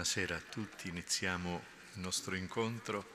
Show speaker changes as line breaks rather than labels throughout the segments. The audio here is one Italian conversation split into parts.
Buonasera a tutti, iniziamo il nostro incontro.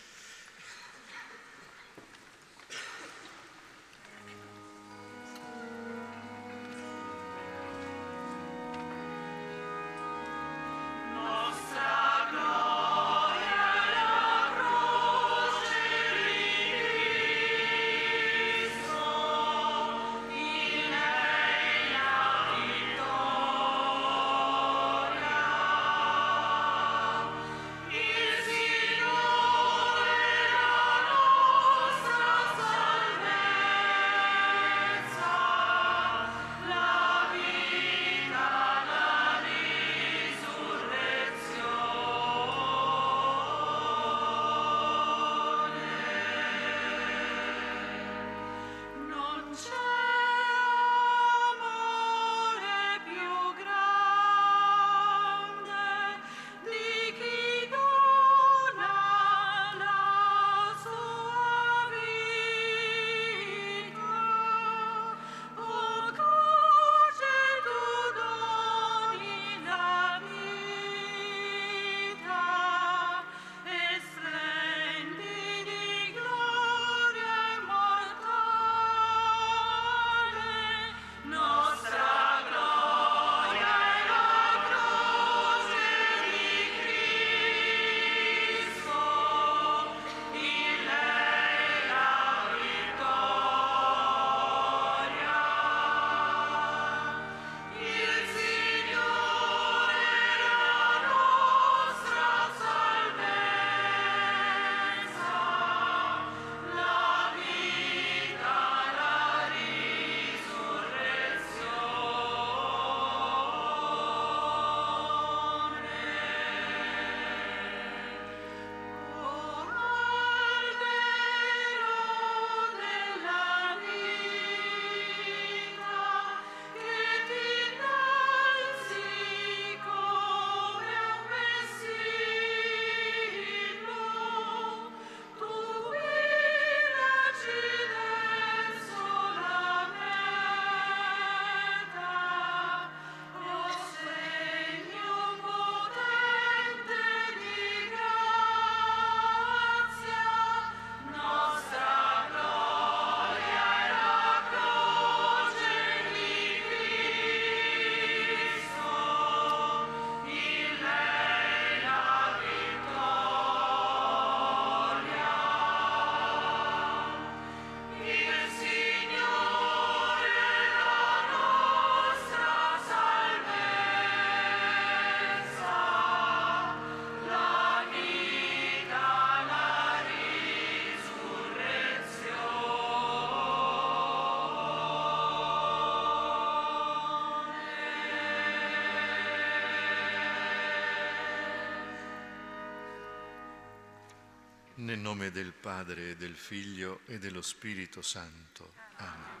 Nel nome del Padre, e del Figlio e dello Spirito Santo. Amen.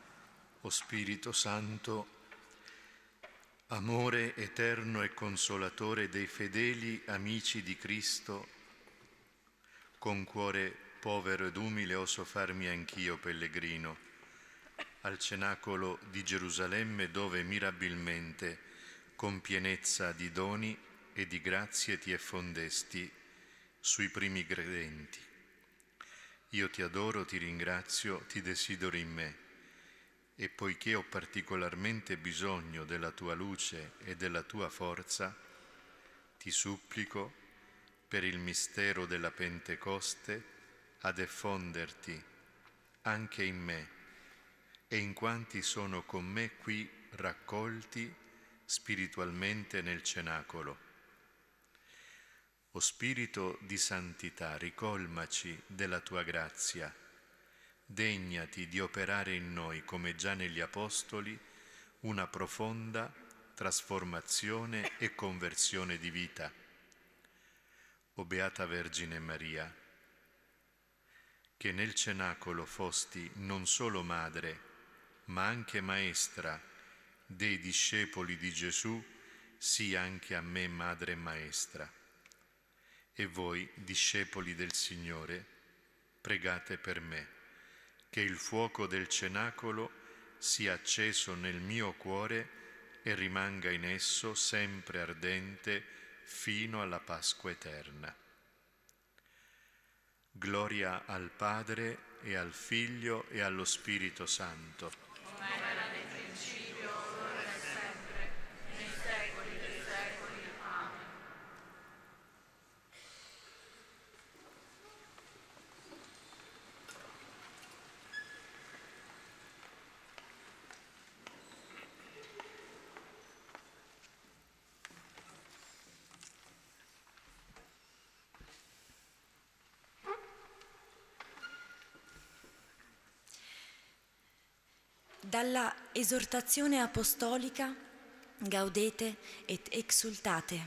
O Spirito Santo, amore eterno e consolatore dei fedeli amici di Cristo, con cuore povero ed umile oso farmi anch'io pellegrino al cenacolo di Gerusalemme, dove mirabilmente, con pienezza di doni e di grazie ti effondesti sui primi credenti. Io ti adoro, ti ringrazio, ti desidero in me, e poiché ho particolarmente bisogno della tua luce e della tua forza, ti supplico per il mistero della Pentecoste ad effonderti anche in me e in quanti sono con me qui raccolti spiritualmente nel cenacolo. O Spirito di santità, ricolmaci della tua grazia, degnati di operare in noi, come già negli Apostoli, una profonda trasformazione e conversione di vita. O Beata Vergine Maria, che nel cenacolo fosti non solo madre, ma anche maestra dei discepoli di Gesù, sii anche a me madre e maestra. E voi, discepoli del Signore, pregate per me, che il fuoco del cenacolo sia acceso nel mio cuore e rimanga in esso sempre ardente fino alla Pasqua eterna. Gloria al Padre e al Figlio e allo Spirito Santo.
Come era nel principio, ora e sempre, nei secoli dei secoli. Amen.
Dalla esortazione apostolica Gaudete et exultate.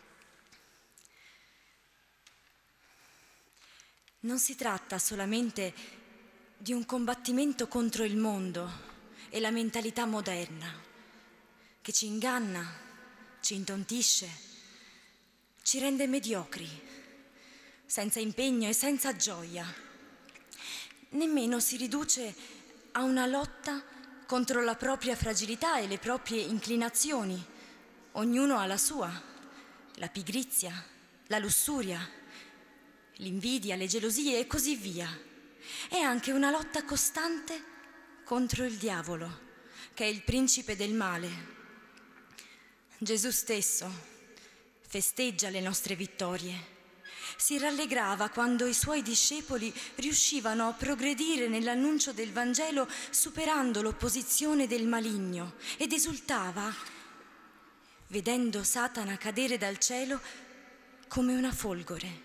Non si tratta solamente di un combattimento contro il mondo e la mentalità moderna che ci inganna, ci intontisce, ci rende mediocri, senza impegno e senza gioia. Nemmeno si riduce a una lotta contro la propria fragilità e le proprie inclinazioni. Ognuno ha la sua, la pigrizia, la lussuria, l'invidia, le gelosie e così via. È anche una lotta costante contro il diavolo, che è il principe del male. Gesù stesso festeggia le nostre vittorie. Si rallegrava quando i suoi discepoli riuscivano a progredire nell'annuncio del Vangelo superando l'opposizione del maligno ed esultava vedendo Satana cadere dal cielo come una folgore.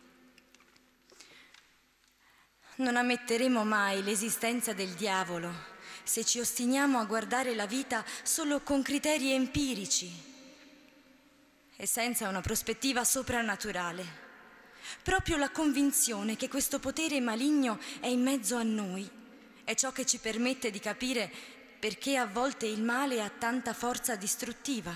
Non ammetteremo mai l'esistenza del diavolo se ci ostiniamo a guardare la vita solo con criteri empirici e senza una prospettiva soprannaturale. Proprio la convinzione che questo potere maligno è in mezzo a noi è ciò che ci permette di capire perché a volte il male ha tanta forza distruttiva.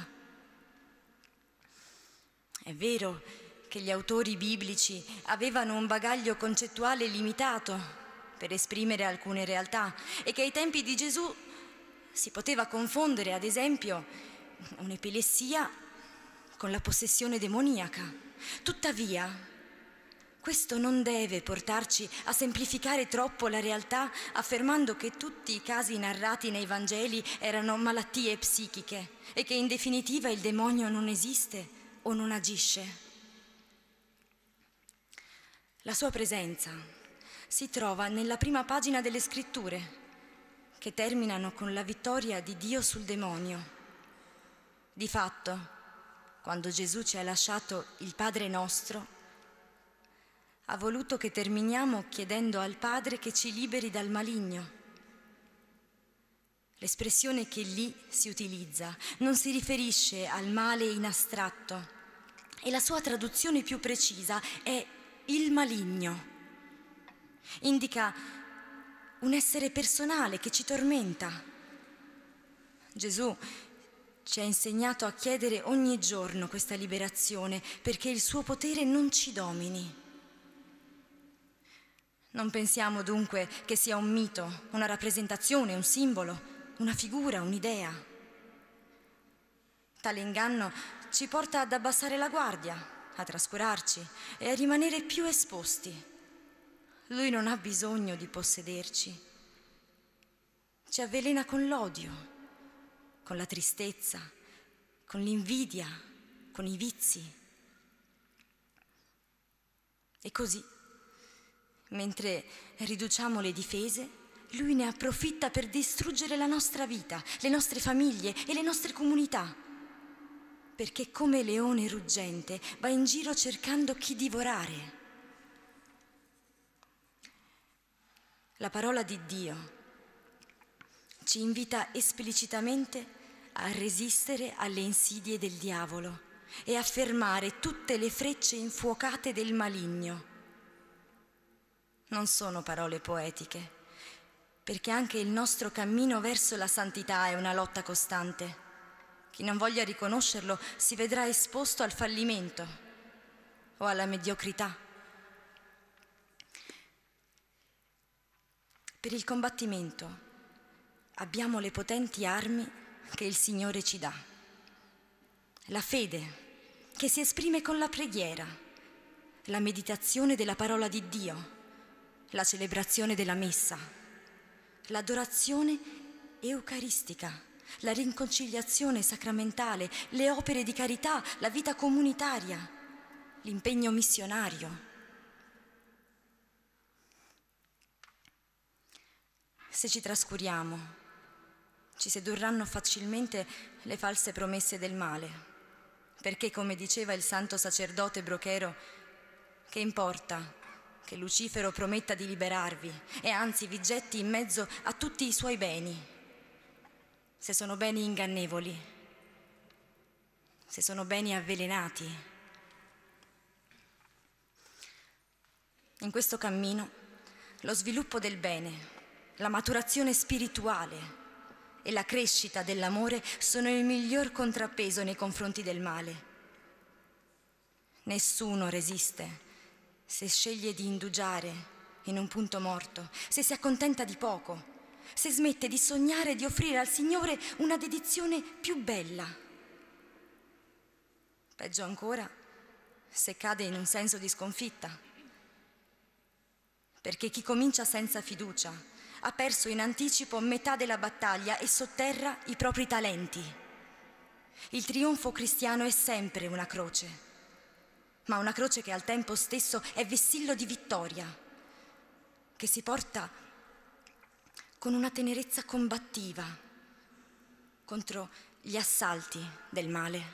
È vero che gli autori biblici avevano un bagaglio concettuale limitato per esprimere alcune realtà e che ai tempi di Gesù si poteva confondere, ad esempio, un'epilessia con la possessione demoniaca. Tuttavia, questo non deve portarci a semplificare troppo la realtà affermando che tutti i casi narrati nei Vangeli erano malattie psichiche e che in definitiva il demonio non esiste o non agisce. La sua presenza si trova nella prima pagina delle Scritture, che terminano con la vittoria di Dio sul demonio. Di fatto, quando Gesù ci ha lasciato il Padre nostro, ha voluto che terminiamo chiedendo al Padre che ci liberi dal maligno. L'espressione che lì si utilizza non si riferisce al male in astratto e la sua traduzione più precisa è il maligno. Indica un essere personale che ci tormenta. Gesù ci ha insegnato a chiedere ogni giorno questa liberazione perché il suo potere non ci domini. Non pensiamo dunque che sia un mito, una rappresentazione, un simbolo, una figura, un'idea. Tale inganno ci porta ad abbassare la guardia, a trascurarci e a rimanere più esposti. Lui non ha bisogno di possederci. Ci avvelena con l'odio, con la tristezza, con l'invidia, con i vizi. E così, mentre riduciamo le difese, lui ne approfitta per distruggere la nostra vita, le nostre famiglie e le nostre comunità, perché come leone ruggente va in giro cercando chi divorare. La parola di Dio ci invita esplicitamente a resistere alle insidie del diavolo e a fermare tutte le frecce infuocate del maligno. Non sono parole poetiche, perché anche il nostro cammino verso la santità è una lotta costante. Chi non voglia riconoscerlo si vedrà esposto al fallimento o alla mediocrità. Per il combattimento abbiamo le potenti armi che il Signore ci dà. La fede, che si esprime con la preghiera, la meditazione della parola di Dio, la celebrazione della messa, l'adorazione eucaristica, la riconciliazione sacramentale, le opere di carità, la vita comunitaria, l'impegno missionario. Se ci trascuriamo, ci sedurranno facilmente le false promesse del male, perché, come diceva il santo sacerdote Brochero, che importa che Lucifero prometta di liberarvi e anzi vi getti in mezzo a tutti i suoi beni, se sono beni ingannevoli, se sono beni avvelenati. In questo cammino lo sviluppo del bene, la maturazione spirituale e la crescita dell'amore sono il miglior contrappeso nei confronti del male. Nessuno resiste se sceglie di indugiare in un punto morto, se si accontenta di poco, se smette di sognare di offrire al Signore una dedizione più bella. Peggio ancora, se cade in un senso di sconfitta. Perché chi comincia senza fiducia ha perso in anticipo metà della battaglia e sotterra i propri talenti. Il trionfo cristiano è sempre una croce, ma una croce che al tempo stesso è vessillo di vittoria, che si porta con una tenerezza combattiva contro gli assalti del male.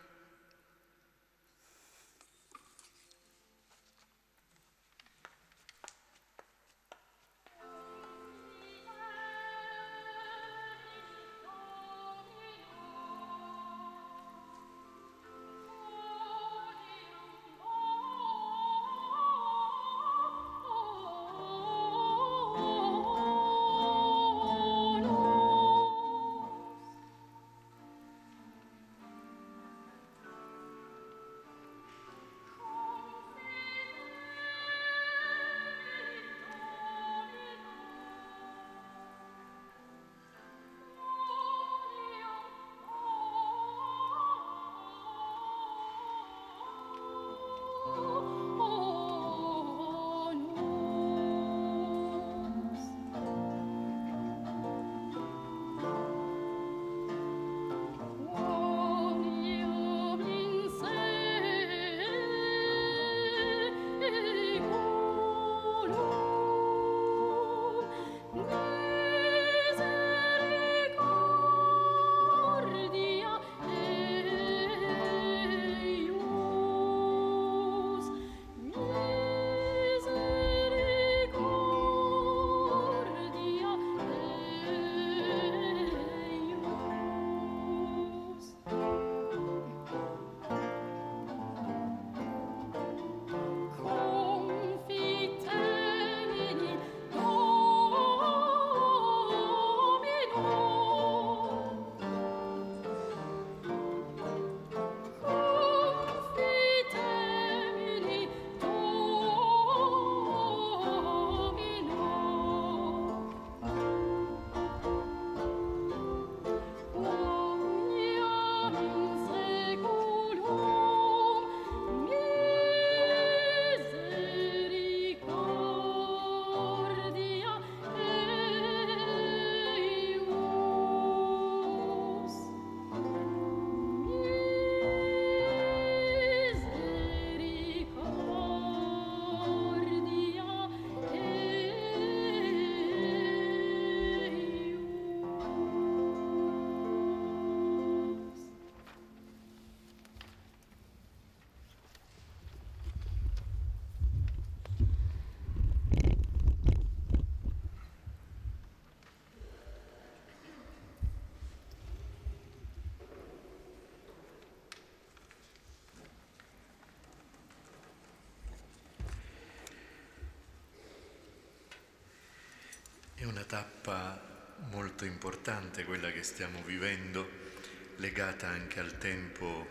È una tappa molto importante quella che stiamo vivendo, legata anche al tempo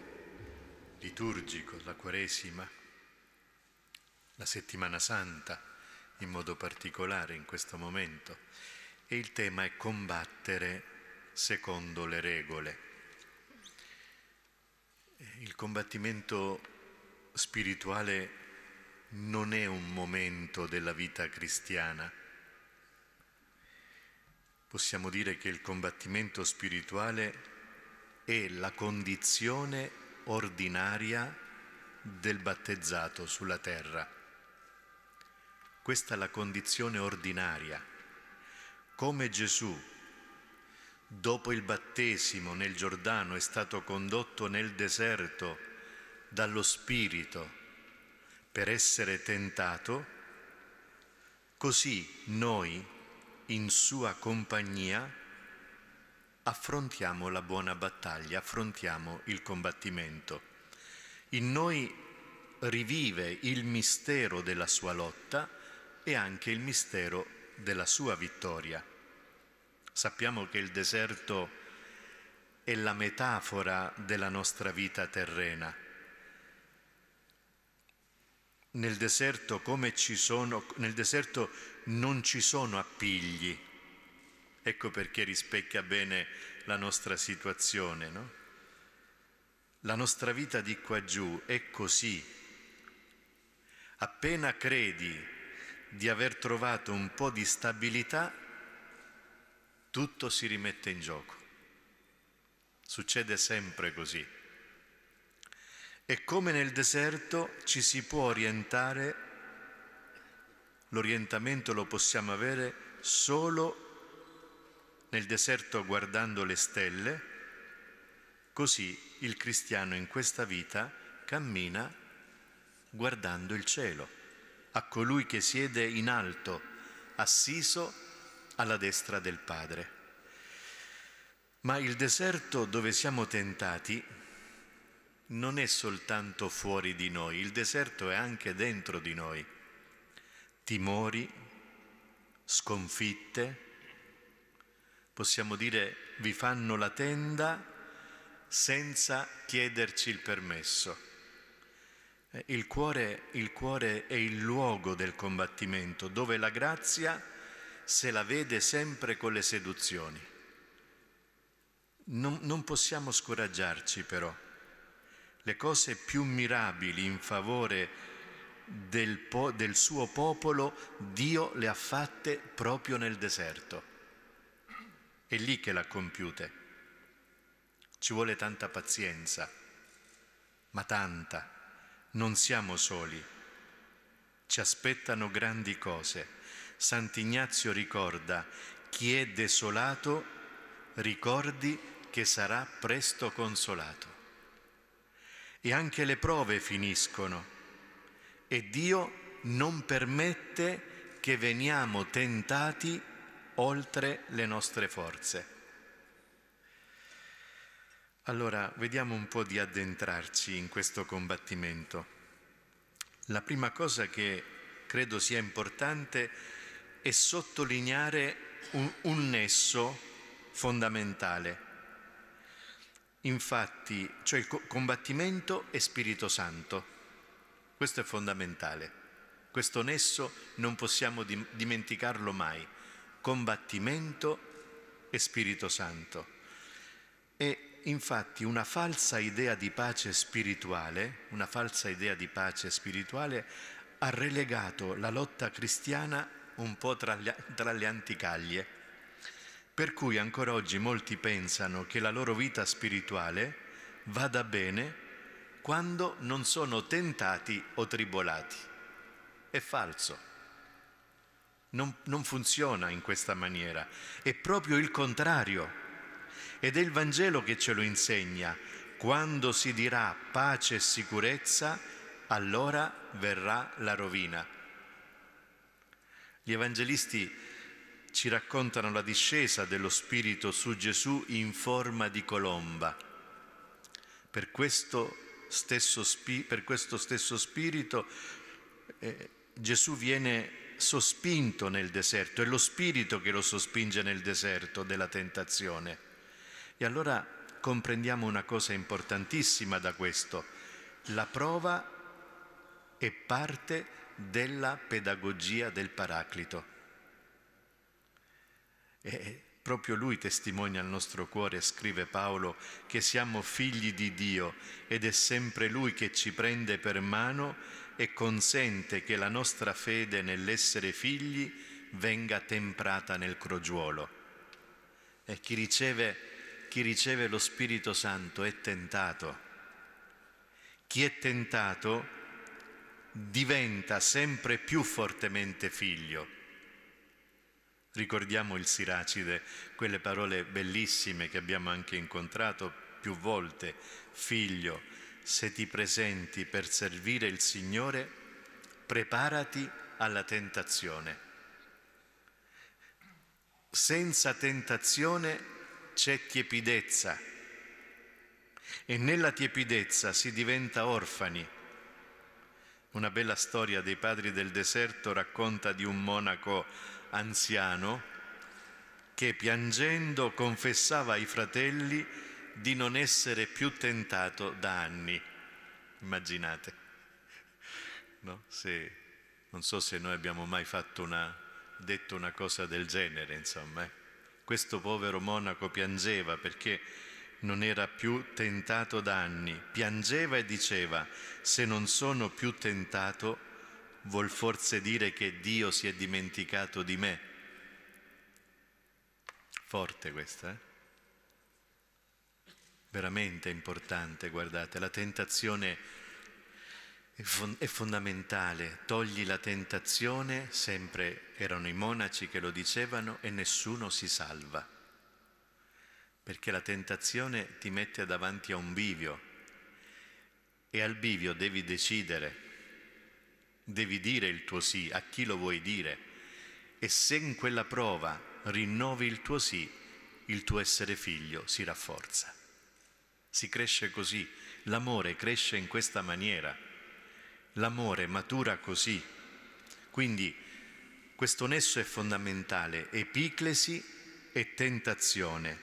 liturgico, la Quaresima, la Settimana Santa in modo particolare in questo momento, e il tema è combattere secondo le regole. Il combattimento spirituale non è un momento della vita cristiana. Possiamo dire che il combattimento spirituale è la condizione ordinaria del battezzato sulla terra. Questa è la condizione ordinaria. Come Gesù, dopo il battesimo nel Giordano, è stato condotto nel deserto dallo Spirito per essere tentato, così noi, in sua compagnia, affrontiamo la buona battaglia, affrontiamo il combattimento. In noi rivive il mistero della sua lotta e anche il mistero della sua vittoria. Sappiamo che il deserto è la metafora della nostra vita terrena. Nel deserto non ci sono appigli. Ecco perché rispecchia bene la nostra situazione, no? La nostra vita di qua giù è così. Appena credi di aver trovato un po' di stabilità, tutto si rimette in gioco. Succede sempre così. E come nel deserto ci si può orientare, l'orientamento lo possiamo avere solo nel deserto guardando le stelle, così il cristiano in questa vita cammina guardando il cielo, a colui che siede in alto, assiso alla destra del Padre. Ma il deserto dove siamo tentati non è soltanto fuori di noi, il deserto è anche dentro di noi. Timori, sconfitte, possiamo dire, vi fanno la tenda senza chiederci il permesso. Il cuore è il luogo del combattimento, dove la grazia se la vede sempre con le seduzioni. Non possiamo scoraggiarci però. Le cose più mirabili in favore del suo popolo, Dio le ha fatte proprio nel deserto. È lì che l'ha compiute. Ci vuole tanta pazienza, ma tanta. Non siamo soli. Ci aspettano grandi cose. Sant'Ignazio ricorda: chi è desolato, ricordi che sarà presto consolato. E anche le prove finiscono e Dio non permette che veniamo tentati oltre le nostre forze. Allora, vediamo un po' di addentrarci in questo combattimento. La prima cosa che credo sia importante è sottolineare un nesso fondamentale. Infatti, cioè il combattimento è Spirito Santo. Questo è fondamentale. Questo nesso non possiamo dimenticarlo mai. Combattimento e Spirito Santo. E infatti una falsa idea di pace spirituale ha relegato la lotta cristiana un po' tra le anticaglie. Per cui ancora oggi molti pensano che la loro vita spirituale vada bene quando non sono tentati o tribolati. È falso. Non funziona in questa maniera. È proprio il contrario. Ed è il Vangelo che ce lo insegna. Quando si dirà pace e sicurezza, allora verrà la rovina. Gli evangelisti ci raccontano la discesa dello Spirito su Gesù in forma di colomba. Per questo stesso Spirito Gesù viene sospinto nel deserto, è lo Spirito che lo sospinge nel deserto della tentazione. E allora comprendiamo una cosa importantissima da questo: la prova è parte della pedagogia del Paraclito. proprio Lui testimonia al nostro cuore, scrive Paolo, che siamo figli di Dio ed è sempre Lui che ci prende per mano e consente che la nostra fede nell'essere figli venga temprata nel crogiuolo. E chi riceve lo Spirito Santo è tentato. Chi è tentato diventa sempre più fortemente figlio. Ricordiamo il Siracide, quelle parole bellissime che abbiamo anche incontrato più volte. Figlio, se ti presenti per servire il Signore, preparati alla tentazione. Senza tentazione c'è tiepidezza e nella tiepidezza si diventa orfani. Una bella storia dei padri del deserto racconta di un monaco anziano che piangendo confessava ai fratelli di non essere più tentato da anni. Immaginate, no? Non so se noi abbiamo mai detto una cosa del genere, insomma. Questo povero monaco piangeva perché non era più tentato da anni. Piangeva e diceva: se non sono più tentato, vuol forse dire che Dio si è dimenticato di me? Forte questa, eh? Veramente importante, guardate, la tentazione è fondamentale. Togli la tentazione, sempre erano i monaci che lo dicevano, e nessuno si salva. Perché la tentazione ti mette davanti a un bivio e al bivio devi decidere, devi dire il tuo sì, a chi lo vuoi dire, e se in quella prova rinnovi il tuo sì, il tuo essere figlio si rafforza. Si cresce così, l'amore cresce in questa maniera, l'amore matura così. Quindi questo nesso è fondamentale, epiclesi e tentazione,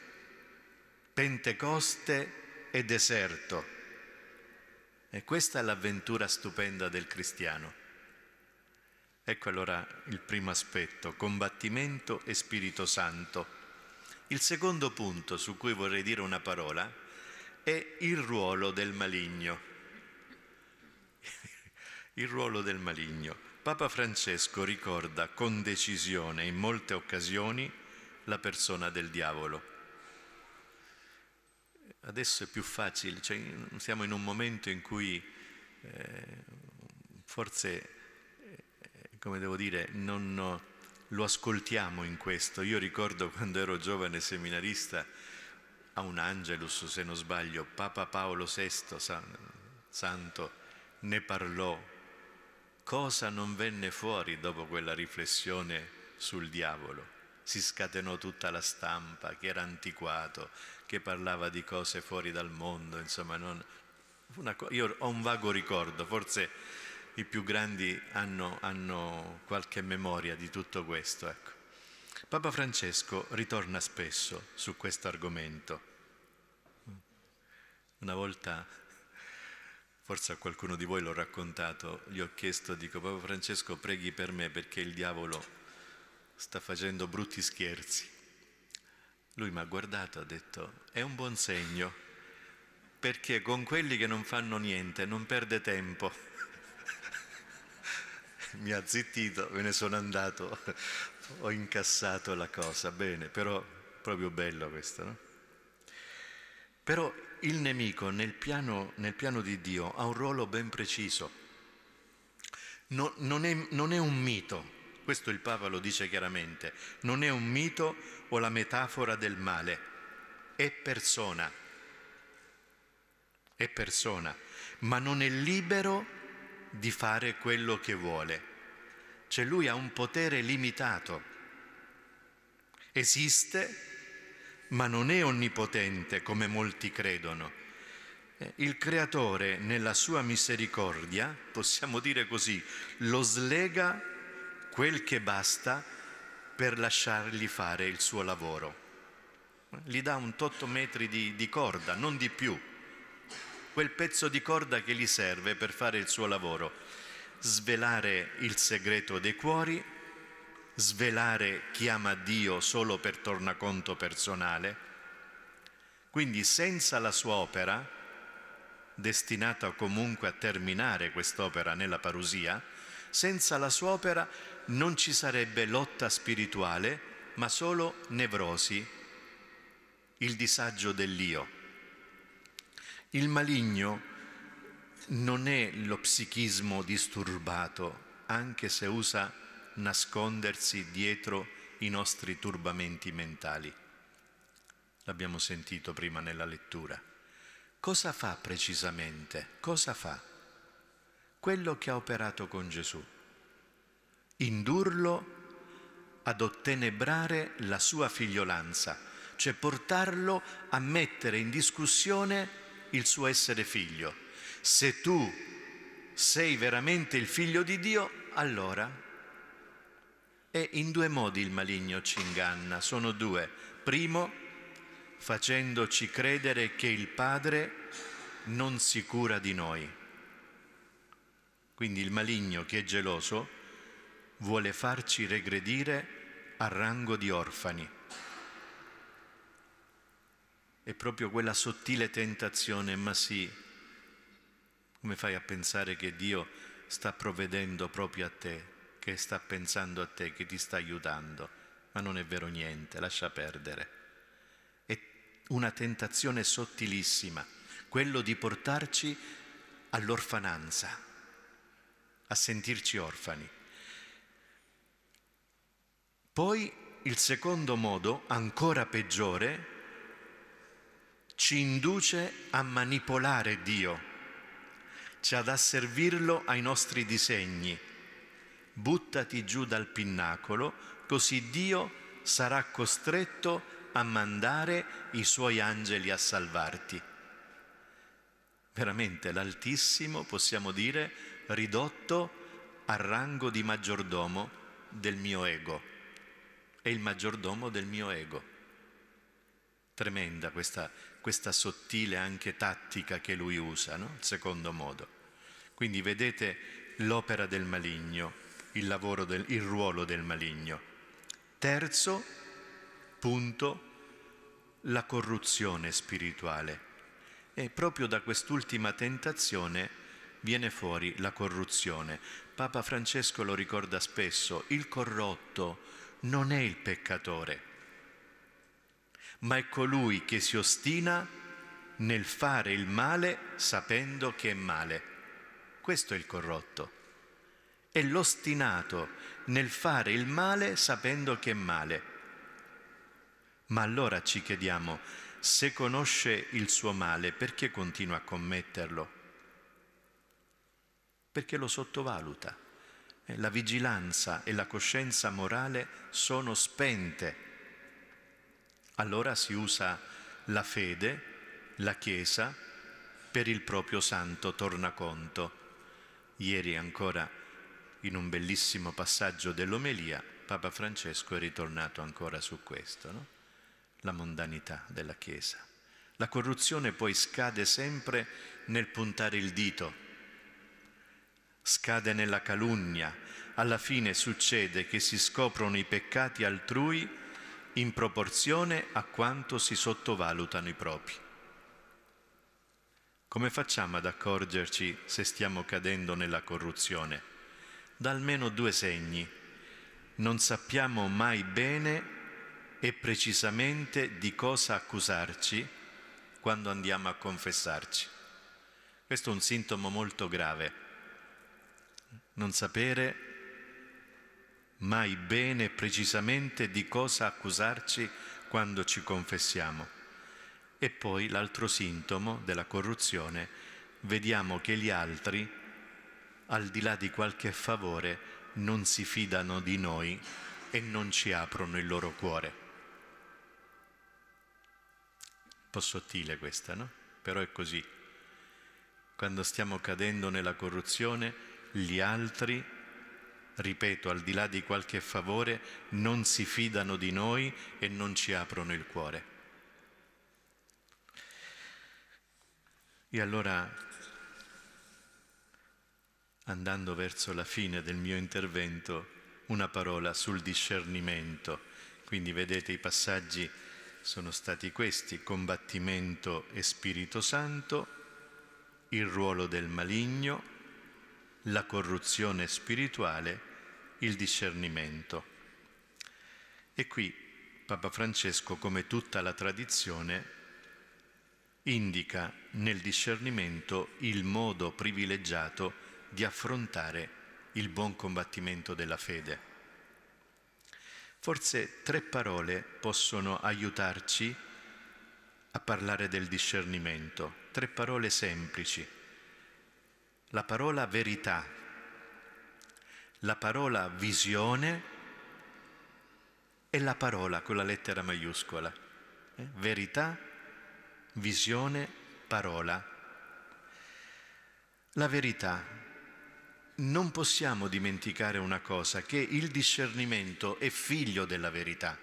Pentecoste e deserto. E questa è l'avventura stupenda del cristiano. Ecco allora il primo aspetto, combattimento e Spirito Santo. Il secondo punto su cui vorrei dire una parola è il ruolo del maligno. Il ruolo del maligno. Papa Francesco ricorda con decisione in molte occasioni la persona del diavolo. Adesso è più facile, siamo in un momento in cui forse, come devo dire, non lo ascoltiamo in questo. Io ricordo quando ero giovane seminarista, a un Angelus, se non sbaglio, Papa Paolo VI, santo, ne parlò. Cosa non venne fuori dopo quella riflessione sul diavolo? Si scatenò tutta la stampa che era antiquato, che parlava di cose fuori dal mondo, insomma. Io ho un vago ricordo, forse i più grandi hanno qualche memoria di tutto questo, ecco. Papa Francesco ritorna spesso su questo argomento. Una volta, forse a qualcuno di voi l'ho raccontato, gli ho chiesto, dico: Papa Francesco, preghi per me perché il diavolo sta facendo brutti scherzi. Lui mi ha guardato e ha detto: è un buon segno, perché con quelli che non fanno niente non perde tempo. Mi ha zittito, me ne sono andato, ho incassato la cosa, bene, però proprio bello questo, no? Però il nemico nel piano di Dio ha un ruolo ben preciso. Non è un mito, questo il Papa lo dice chiaramente, non è un mito o la metafora del male, è persona, ma non è libero di fare quello che vuole. Cioè lui ha un potere limitato, esiste, ma non è onnipotente come molti credono. Il Creatore, nella sua misericordia, possiamo dire così, lo slega quel che basta per lasciargli fare il suo lavoro. Gli dà un tot metri di corda, non di più, quel pezzo di corda che gli serve per fare il suo lavoro, svelare il segreto dei cuori, svelare chi ama Dio solo per tornaconto personale. Quindi senza la sua opera, destinata comunque a terminare quest'opera nella parusia, senza la sua opera non ci sarebbe lotta spirituale, ma solo nevrosi, il disagio dell'io. Il maligno non è lo psichismo disturbato, anche se usa nascondersi dietro i nostri turbamenti mentali. L'abbiamo sentito prima nella lettura. Cosa fa precisamente? Cosa fa? Quello che ha operato con Gesù. Indurlo ad ottenebrare la sua figliolanza, cioè portarlo a mettere in discussione il suo essere figlio. Se tu sei veramente il figlio di Dio, allora. E in due modi il maligno ci inganna, sono due. Primo, facendoci credere che il Padre non si cura di noi. Quindi il maligno, che è geloso, vuole farci regredire al rango di orfani. È proprio quella sottile tentazione, ma sì, come fai a pensare che Dio sta provvedendo proprio a te, che sta pensando a te, che ti sta aiutando? Ma non è vero niente, lascia perdere. È una tentazione sottilissima, quello di portarci all'orfananza, a sentirci orfani. Poi il secondo modo, ancora peggiore, ci induce a manipolare Dio, cioè ad asservirlo ai nostri disegni. Buttati giù dal pinnacolo, così Dio sarà costretto a mandare i suoi angeli a salvarti. Veramente l'Altissimo, possiamo dire, ridotto al rango di maggiordomo del mio ego. È il maggiordomo del mio ego. Tremenda questa sottile anche tattica che lui usa, no? Il secondo modo. Quindi vedete l'opera del maligno, il ruolo del maligno. Terzo punto, la corruzione spirituale. E proprio da quest'ultima tentazione viene fuori la corruzione. Papa Francesco lo ricorda spesso: il corrotto non è il peccatore, ma è colui che si ostina nel fare il male sapendo che è male. Questo è il corrotto. È l'ostinato nel fare il male sapendo che è male. Ma allora ci chiediamo, se conosce il suo male, perché continua a commetterlo? Perché lo sottovaluta. La vigilanza e la coscienza morale sono spente. Allora si usa la fede, la Chiesa, per il proprio santo tornaconto. Ieri ancora, in un bellissimo passaggio dell'omelia, Papa Francesco è ritornato ancora su questo, no? La mondanità della Chiesa. La corruzione poi scade sempre nel puntare il dito, scade nella calunnia. Alla fine succede che si scoprono i peccati altrui in proporzione a quanto si sottovalutano i propri. Come facciamo ad accorgerci se stiamo cadendo nella corruzione? Da almeno due segni. Non sappiamo mai bene e precisamente di cosa accusarci quando andiamo a confessarci. Questo è un sintomo molto grave. Non sapere mai bene e precisamente di cosa accusarci quando ci confessiamo. E poi l'altro sintomo della corruzione: vediamo che gli altri, al di là di qualche favore, non si fidano di noi e non ci aprono il loro cuore. Un po' sottile questa, no? Però è così. Quando stiamo cadendo nella corruzione, gli altri, ripeto, al di là di qualche favore, non si fidano di noi e non ci aprono il cuore. E allora, andando verso la fine del mio intervento, una parola sul discernimento. Quindi vedete, i passaggi sono stati questi: combattimento e Spirito Santo, il ruolo del maligno, la corruzione spirituale, il discernimento. E qui Papa Francesco, come tutta la tradizione, indica nel discernimento il modo privilegiato di affrontare il buon combattimento della fede. Forse 3 parole possono aiutarci a parlare del discernimento, 3 parole semplici. La parola verità, la parola visione e la parola con la lettera maiuscola. Verità, visione, parola. La verità. Non possiamo dimenticare una cosa, che il discernimento è figlio della verità.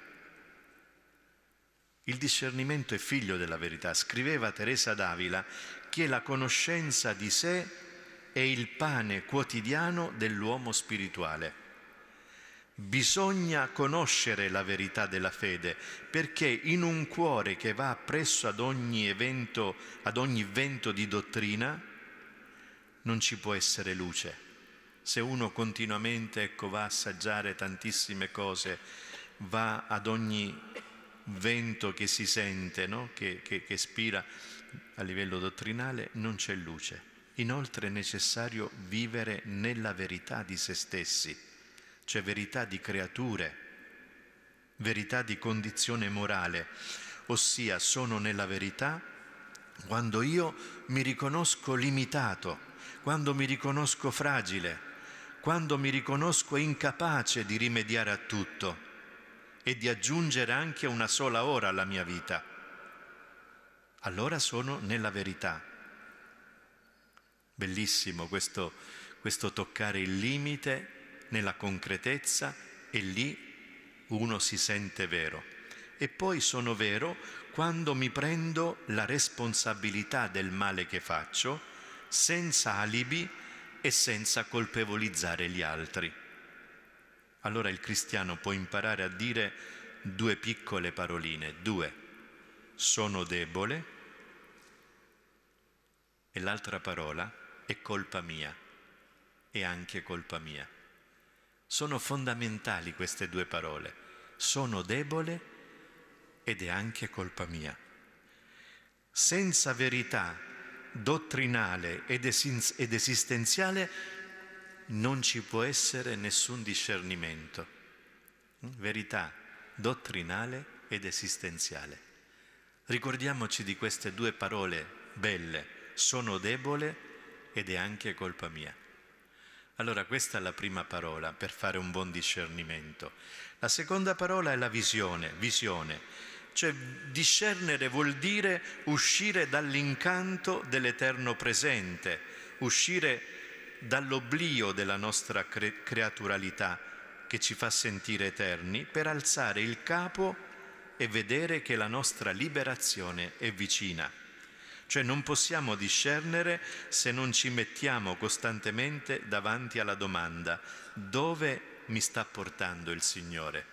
Il discernimento è figlio della verità. Scriveva Teresa d'Avila che la conoscenza di sé è il pane quotidiano dell'uomo spirituale. Bisogna conoscere la verità della fede, perché in un cuore che va appresso ad ogni vento di dottrina non ci può essere luce. Se uno continuamente va a assaggiare tantissime cose, va ad ogni vento che si sente, no? che spira a livello dottrinale, non c'è luce. Inoltre è necessario vivere nella verità di se stessi, cioè verità di creature, verità di condizione morale, ossia sono nella verità quando io mi riconosco limitato, quando mi riconosco fragile, quando mi riconosco incapace di rimediare a tutto e di aggiungere anche una sola ora alla mia vita. Allora sono nella verità. Bellissimo questo toccare il limite nella concretezza, e lì uno si sente vero. E poi sono vero quando mi prendo la responsabilità del male che faccio, senza alibi e senza colpevolizzare gli altri. Allora il cristiano può imparare a dire 2 piccole paroline, 2. Sono debole, e l'altra parola è colpa mia, è anche colpa mia. Sono fondamentali queste 2 parole. Sono debole ed è anche colpa mia. Senza verità dottrinale ed esistenziale non ci può essere nessun discernimento. Verità dottrinale ed esistenziale. Ricordiamoci di queste 2 parole belle: sono debole ed è anche colpa mia. Allora questa è la prima parola per fare un buon discernimento. La seconda parola è la visione. Cioè discernere vuol dire uscire dall'incanto dell'eterno presente, uscire dall'oblio della nostra creaturalità che ci fa sentire eterni, per alzare il capo e vedere che la nostra liberazione è vicina. Cioè non possiamo discernere se non ci mettiamo costantemente davanti alla domanda: dove mi sta portando il Signore?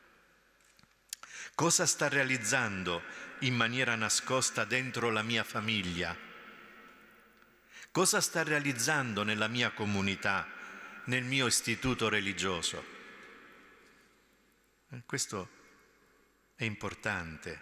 Cosa sta realizzando in maniera nascosta dentro la mia famiglia? Cosa sta realizzando nella mia comunità, nel mio istituto religioso? Questo è importante.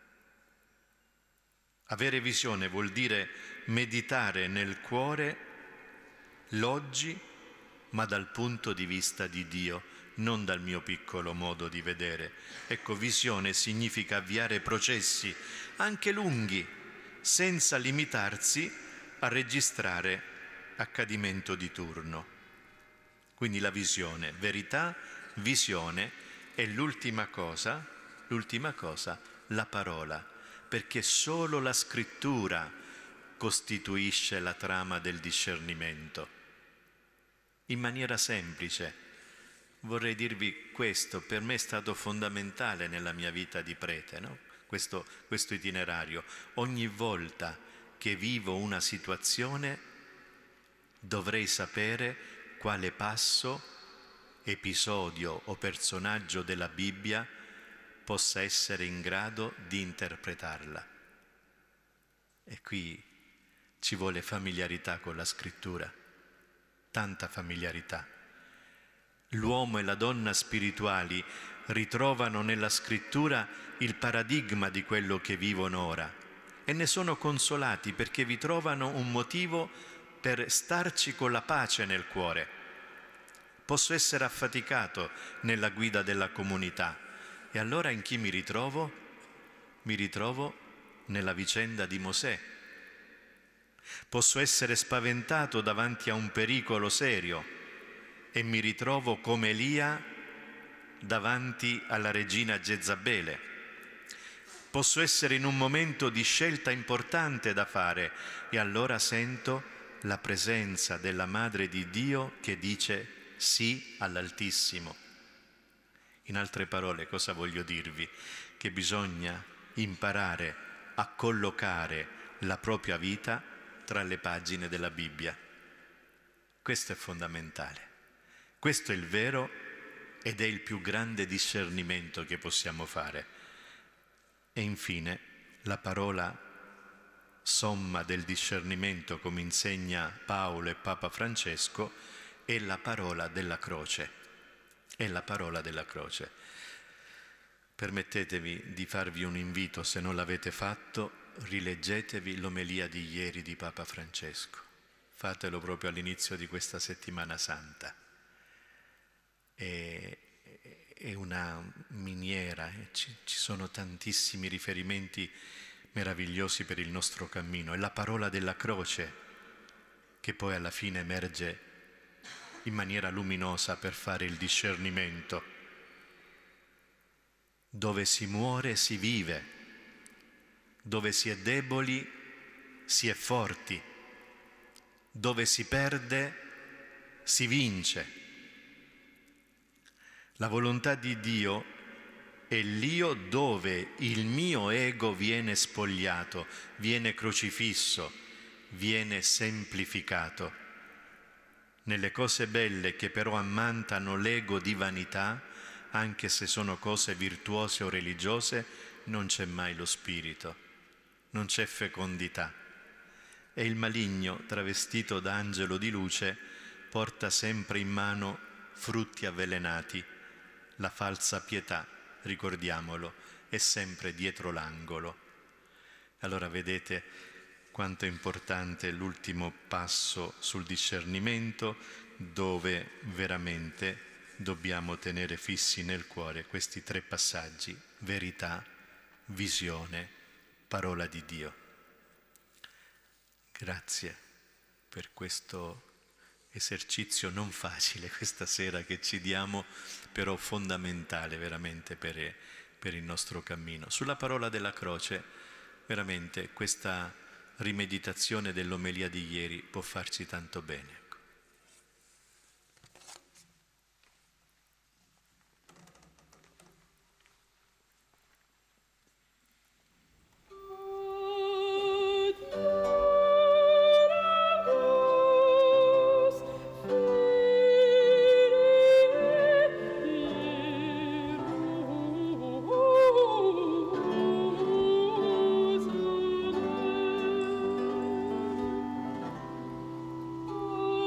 Avere visione vuol dire meditare nel cuore l'oggi, ma dal punto di vista di Dio, non dal mio piccolo modo di vedere. Ecco, visione significa avviare processi anche lunghi, senza limitarsi a registrare accadimento di turno. Quindi la visione, verità, visione, e l'ultima cosa, la parola, perché solo la scrittura costituisce la trama del discernimento. In maniera semplice, vorrei dirvi questo: per me è stato fondamentale nella mia vita di prete, no? Questo itinerario. Ogni volta che vivo una situazione dovrei sapere quale passo episodio o personaggio della Bibbia possa essere in grado di interpretarla. E qui ci vuole familiarità con la scrittura, tanta familiarità. L'uomo e la donna spirituali ritrovano nella scrittura il paradigma di quello che vivono ora e ne sono consolati perché vi trovano un motivo per starci con la pace nel cuore. Posso essere affaticato nella guida della comunità e allora in chi mi ritrovo? Mi ritrovo nella vicenda di Mosè. Posso essere spaventato davanti a un pericolo serio e mi ritrovo come Elia davanti alla regina Jezabele. Posso essere in un momento di scelta importante da fare e allora sento la presenza della Madre di Dio che dice sì all'Altissimo. In altre parole, cosa voglio dirvi? Che bisogna imparare a collocare la propria vita tra le pagine della Bibbia. Questo è fondamentale. Questo è il vero ed è il più grande discernimento che possiamo fare. E infine, la parola somma del discernimento, come insegna Paolo e Papa Francesco, è la parola della croce. È la parola della croce. Permettetevi di farvi un invito, se non l'avete fatto, rileggetevi l'omelia di ieri di Papa Francesco. Fatelo proprio all'inizio di questa settimana santa. È una miniera, ci sono tantissimi riferimenti meravigliosi per il nostro cammino. È la parola della croce che poi alla fine emerge in maniera luminosa per fare il discernimento. Dove si muore si vive, dove si è deboli si è forti, dove si perde si vince. La volontà di Dio è l'io dove il mio ego viene spogliato, viene crocifisso, viene semplificato. Nelle cose belle che però ammantano l'ego di vanità, anche se sono cose virtuose o religiose, non c'è mai lo spirito, non c'è fecondità. E il maligno, travestito da angelo di luce, porta sempre in mano frutti avvelenati. La falsa pietà, ricordiamolo, è sempre dietro l'angolo. Allora vedete quanto è importante l'ultimo passo sul discernimento, dove veramente dobbiamo tenere fissi nel cuore questi 3 passaggi: verità, visione, parola di Dio. Grazie per questo esercizio non facile questa sera che ci diamo, però fondamentale veramente per il nostro cammino. Sulla parola della croce, veramente questa rimeditazione dell'omelia di ieri può farci tanto bene.
Oh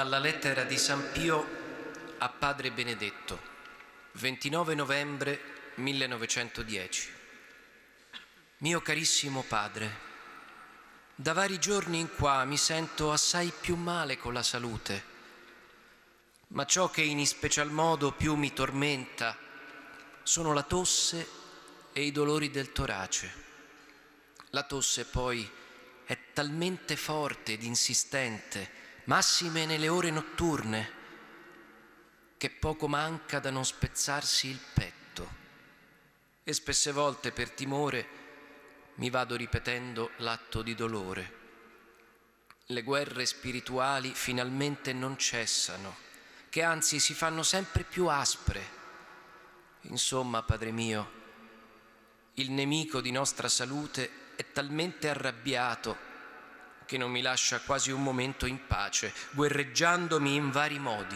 Dalla lettera di San Pio a Padre Benedetto, 29 novembre 1910. Mio carissimo Padre, da vari giorni in qua mi sento assai più male con la salute, ma ciò che in special modo più mi tormenta sono la tosse e i dolori del torace. La tosse poi è talmente forte ed insistente, massime nelle ore notturne, che poco manca da non spezzarsi il petto, e spesse volte per timore mi vado ripetendo l'atto di dolore. Le guerre spirituali finalmente non cessano, che anzi si fanno sempre più aspre. Insomma, Padre mio, il nemico di nostra salute è talmente arrabbiato che non mi lascia quasi un momento in pace, guerreggiandomi in vari modi.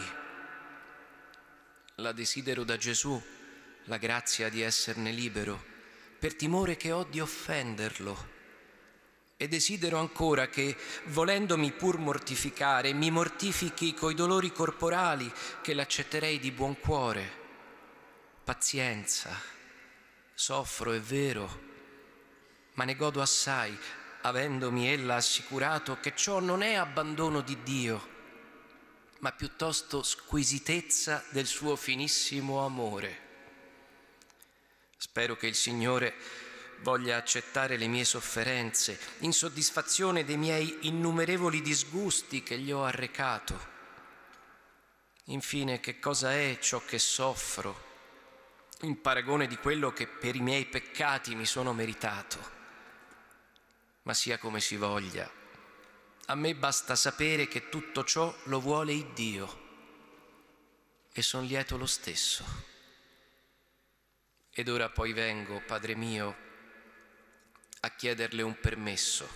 La desidero da Gesù, la grazia di esserne libero, per timore che ho di offenderlo. E desidero ancora che, volendomi pur mortificare, mi mortifichi coi dolori corporali, che l'accetterei di buon cuore. Pazienza, soffro, è vero, ma ne godo assai, avendomi ella assicurato che ciò non è abbandono di Dio, ma piuttosto squisitezza del suo finissimo amore. Spero che il Signore voglia accettare le mie sofferenze in soddisfazione dei miei innumerevoli disgusti che gli ho arrecato. Infine, che cosa è ciò che soffro in paragone di quello che per i miei peccati mi sono meritato? Ma sia come si voglia, a me basta sapere che tutto ciò lo vuole Iddio, e son lieto lo stesso. Ed ora poi vengo, Padre mio, a chiederle un permesso.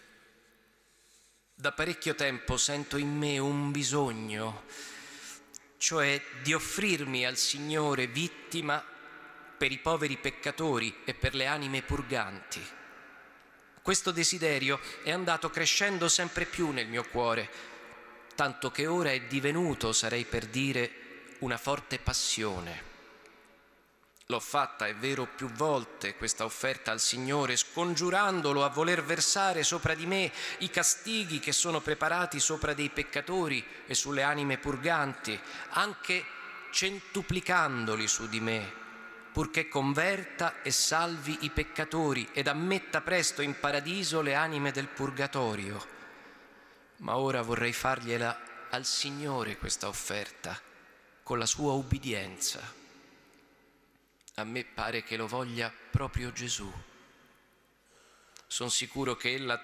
Da parecchio tempo sento in me un bisogno, cioè di offrirmi al Signore vittima per i poveri peccatori e per le anime purganti. Questo desiderio è andato crescendo sempre più nel mio cuore, tanto che ora è divenuto, sarei per dire, una forte passione. L'ho fatta, è vero, più volte questa offerta al Signore, scongiurandolo a voler versare sopra di me i castighi che sono preparati sopra dei peccatori e sulle anime purganti, anche centuplicandoli su di me, purché converta e salvi i peccatori ed ammetta presto in paradiso le anime del purgatorio. Ma ora vorrei fargliela al Signore questa offerta, con la sua ubbidienza. A me pare che lo voglia proprio Gesù. Sono sicuro che ella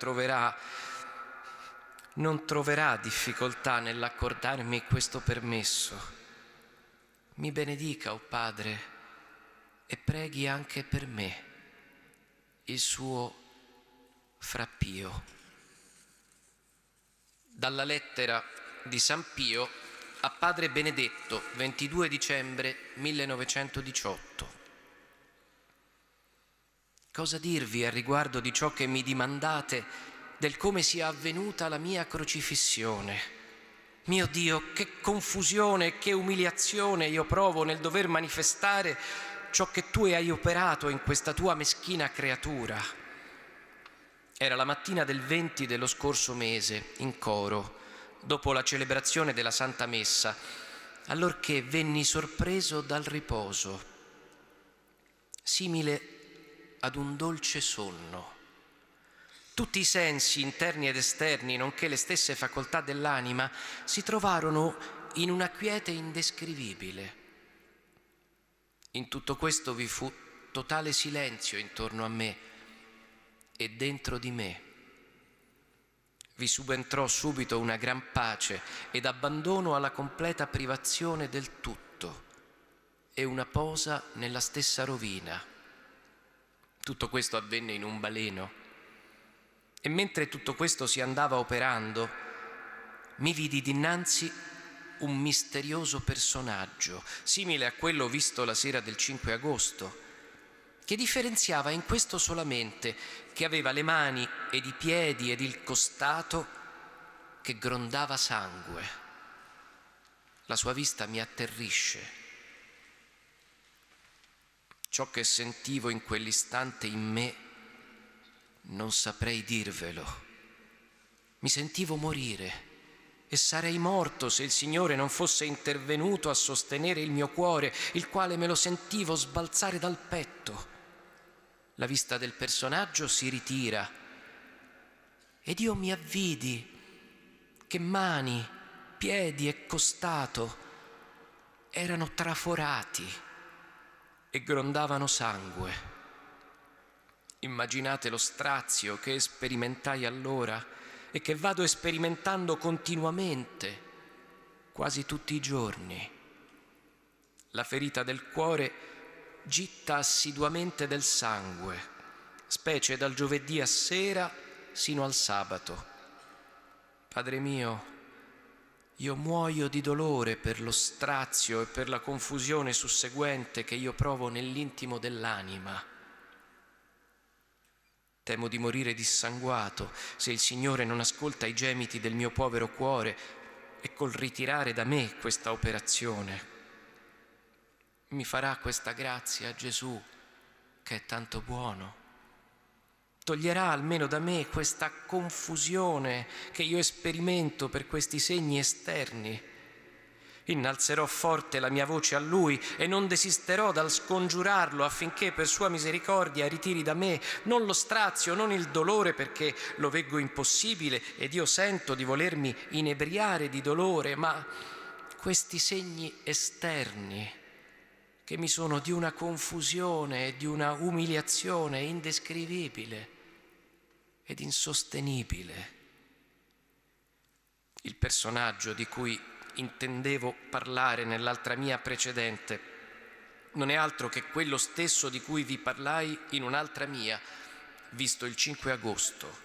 non troverà difficoltà nell'accordarmi questo permesso. Mi benedica, o Padre, e preghi anche per me, il suo Fra Pio. Dalla lettera di San Pio a Padre Benedetto, 22 dicembre 1918. Cosa dirvi a riguardo di ciò che mi dimandate, del come sia avvenuta la mia crocifissione? Mio Dio, che confusione e che umiliazione io provo nel dover manifestare ciò che tu hai operato in questa tua meschina creatura. Era la mattina del 20 dello scorso mese, in coro, dopo la celebrazione della Santa Messa, allorché venni sorpreso dal riposo, simile ad un dolce sonno. Tutti i sensi interni ed esterni, nonché le stesse facoltà dell'anima, si trovarono in una quiete indescrivibile. In tutto questo vi fu totale silenzio intorno a me e dentro di me. Vi subentrò subito una gran pace ed abbandono alla completa privazione del tutto e una posa nella stessa rovina. Tutto questo avvenne in un baleno, e mentre tutto questo si andava operando, mi vidi dinanzi un misterioso personaggio, simile a quello visto la sera del 5 agosto, che differenziava in questo solamente che aveva le mani ed i piedi ed il costato che grondava sangue. la sua vista mi atterrisce. Ciò che sentivo in quell'istante in me non saprei dirvelo. Mi sentivo morire e sarei morto se il Signore non fosse intervenuto a sostenere il mio cuore, il quale me lo sentivo sbalzare dal petto. La vista del personaggio si ritira ed io mi avvidi che mani, piedi e costato erano traforati e grondavano sangue. Immaginate lo strazio che sperimentai allora e che vado sperimentando continuamente, quasi tutti i giorni. La ferita del cuore gitta assiduamente del sangue, specie dal giovedì a sera sino al sabato. Padre mio, io muoio di dolore per lo strazio e per la confusione susseguente che io provo nell'intimo dell'anima. Temo di morire dissanguato se il Signore non ascolta i gemiti del mio povero cuore e col ritirare da me questa operazione. Mi farà questa grazia Gesù, che è tanto buono. Toglierà almeno da me questa confusione che io sperimento per questi segni esterni. Innalzerò forte la mia voce a Lui e non desisterò dal scongiurarlo affinché per sua misericordia ritiri da me non lo strazio, non il dolore, perché lo veggo impossibile ed io sento di volermi inebriare di dolore, ma questi segni esterni che mi sono di una confusione e di una umiliazione indescrivibile ed insostenibile. Il personaggio di cui intendevo parlare nell'altra mia precedente non è altro che quello stesso di cui vi parlai in un'altra mia, visto il 5 agosto.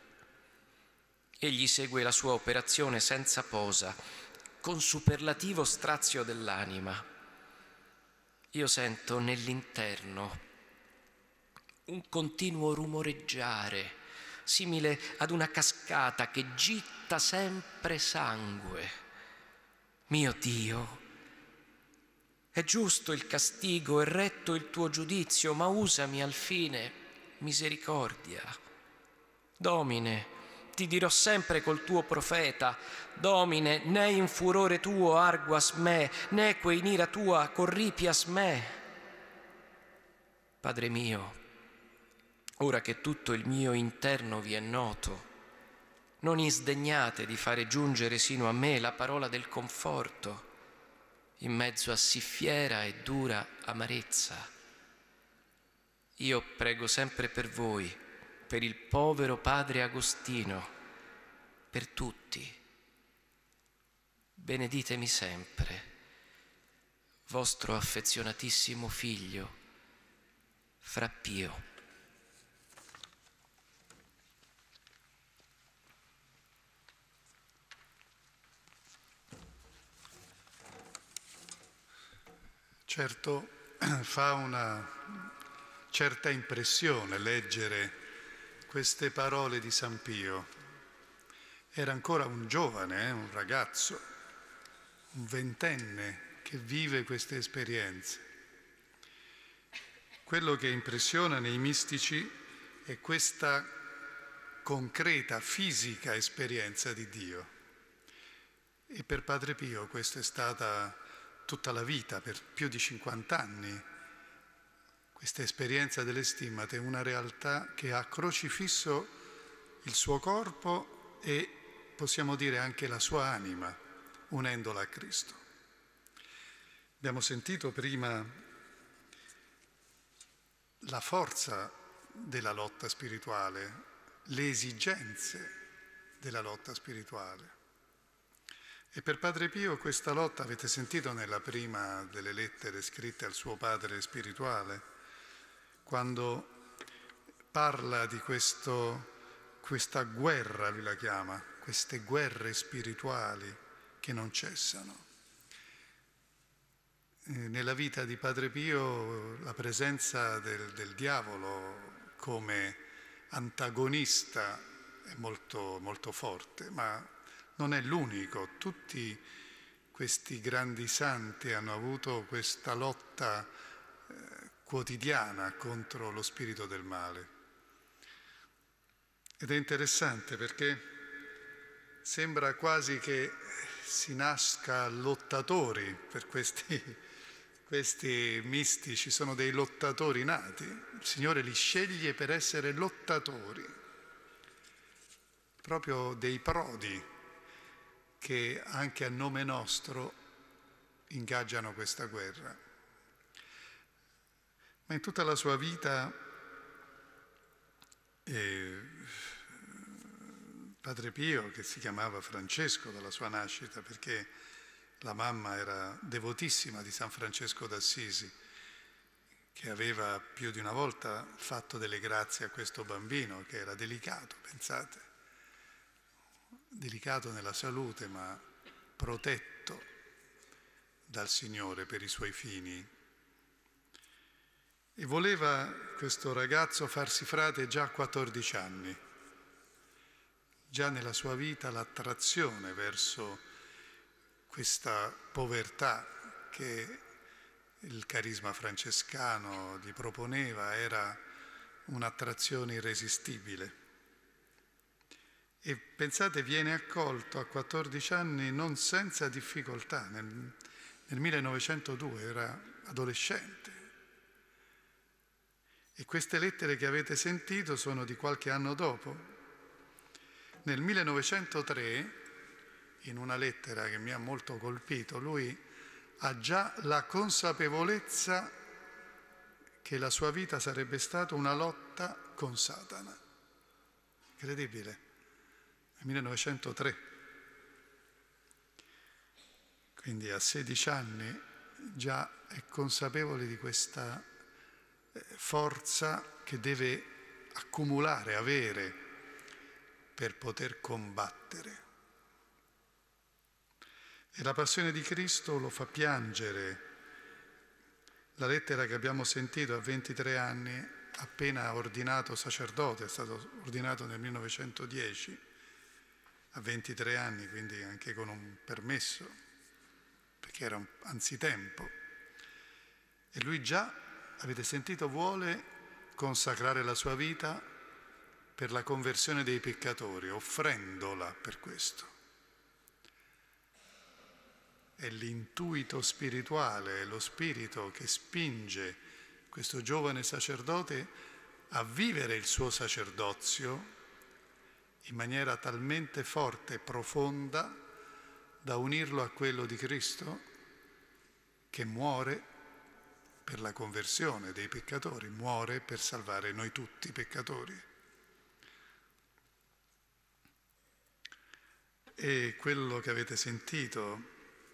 Egli segue la sua operazione senza posa, con superlativo strazio dell'anima. Io sento nell'interno un continuo rumoreggiare, simile ad una cascata che gitta sempre sangue. Mio Dio, è giusto il castigo e retto il tuo giudizio, ma usami alfine misericordia. Domine, ti dirò sempre col tuo profeta, Domine, né in furore tuo arguas me, né que in ira tua corripias me. Padre mio, ora che tutto il mio interno vi è noto, non isdegnate di fare giungere sino a me la parola del conforto in mezzo a sì fiera e dura amarezza. Io prego sempre per voi, per il povero padre Agostino, per tutti. Beneditemi sempre, vostro affezionatissimo figlio, Fra Pio.
Certo, fa una certa impressione leggere queste parole di San Pio. Era ancora un giovane, un ragazzo, un ventenne che vive queste esperienze. Quello che impressiona nei mistici è questa concreta, fisica esperienza di Dio. E per Padre Pio questa è stata tutta la vita, per più di 50 anni. Questa esperienza delle stimmate è una realtà che ha crocifisso il suo corpo e possiamo dire anche la sua anima, unendola a Cristo. Abbiamo sentito prima la forza della lotta spirituale, le esigenze della lotta spirituale. E per Padre Pio questa lotta, avete sentito nella prima delle lettere scritte al suo padre spirituale, quando parla di questa guerra, lui la chiama, queste guerre spirituali che non cessano. Nella vita di Padre Pio la presenza del diavolo come antagonista è molto, molto forte, ma non è l'unico. Tutti questi grandi santi hanno avuto questa lotta quotidiana contro lo spirito del male. Ed è interessante perché sembra quasi che si nasca lottatori per questi mistici, sono dei lottatori nati. Il Signore li sceglie per essere lottatori, proprio dei prodi che anche a nome nostro ingaggiano questa guerra. Ma in tutta la sua vita Padre Pio, che si chiamava Francesco dalla sua nascita, perché la mamma era devotissima di San Francesco d'Assisi, che aveva più di una volta fatto delle grazie a questo bambino, che era delicato, pensate, delicato nella salute, ma protetto dal Signore per i suoi fini. E voleva questo ragazzo farsi frate già a 14 anni. Già nella sua vita l'attrazione verso questa povertà che il carisma francescano gli proponeva era un'attrazione irresistibile. E pensate, viene accolto a 14 anni non senza difficoltà. Nel 1902 era adolescente. E queste lettere che avete sentito sono di qualche anno dopo. Nel 1903, in una lettera che mi ha molto colpito, lui ha già la consapevolezza che la sua vita sarebbe stata una lotta con Satana. Incredibile. Nel 1903. Quindi a 16 anni già è consapevole di questa forza che deve accumulare, avere per poter combattere. E la passione di Cristo lo fa piangere. La lettera che abbiamo sentito a 23 anni, appena ordinato sacerdote, è stato ordinato nel 1910, a 23 anni, quindi anche con un permesso, perché era anzitempo. E lui già, avete sentito, vuole consacrare la sua vita per la conversione dei peccatori, offrendola per questo. È l'intuito spirituale, è lo spirito che spinge questo giovane sacerdote a vivere il suo sacerdozio in maniera talmente forte e profonda da unirlo a quello di Cristo, che muore per la conversione dei peccatori, muore per salvare noi tutti peccatori. E quello che avete sentito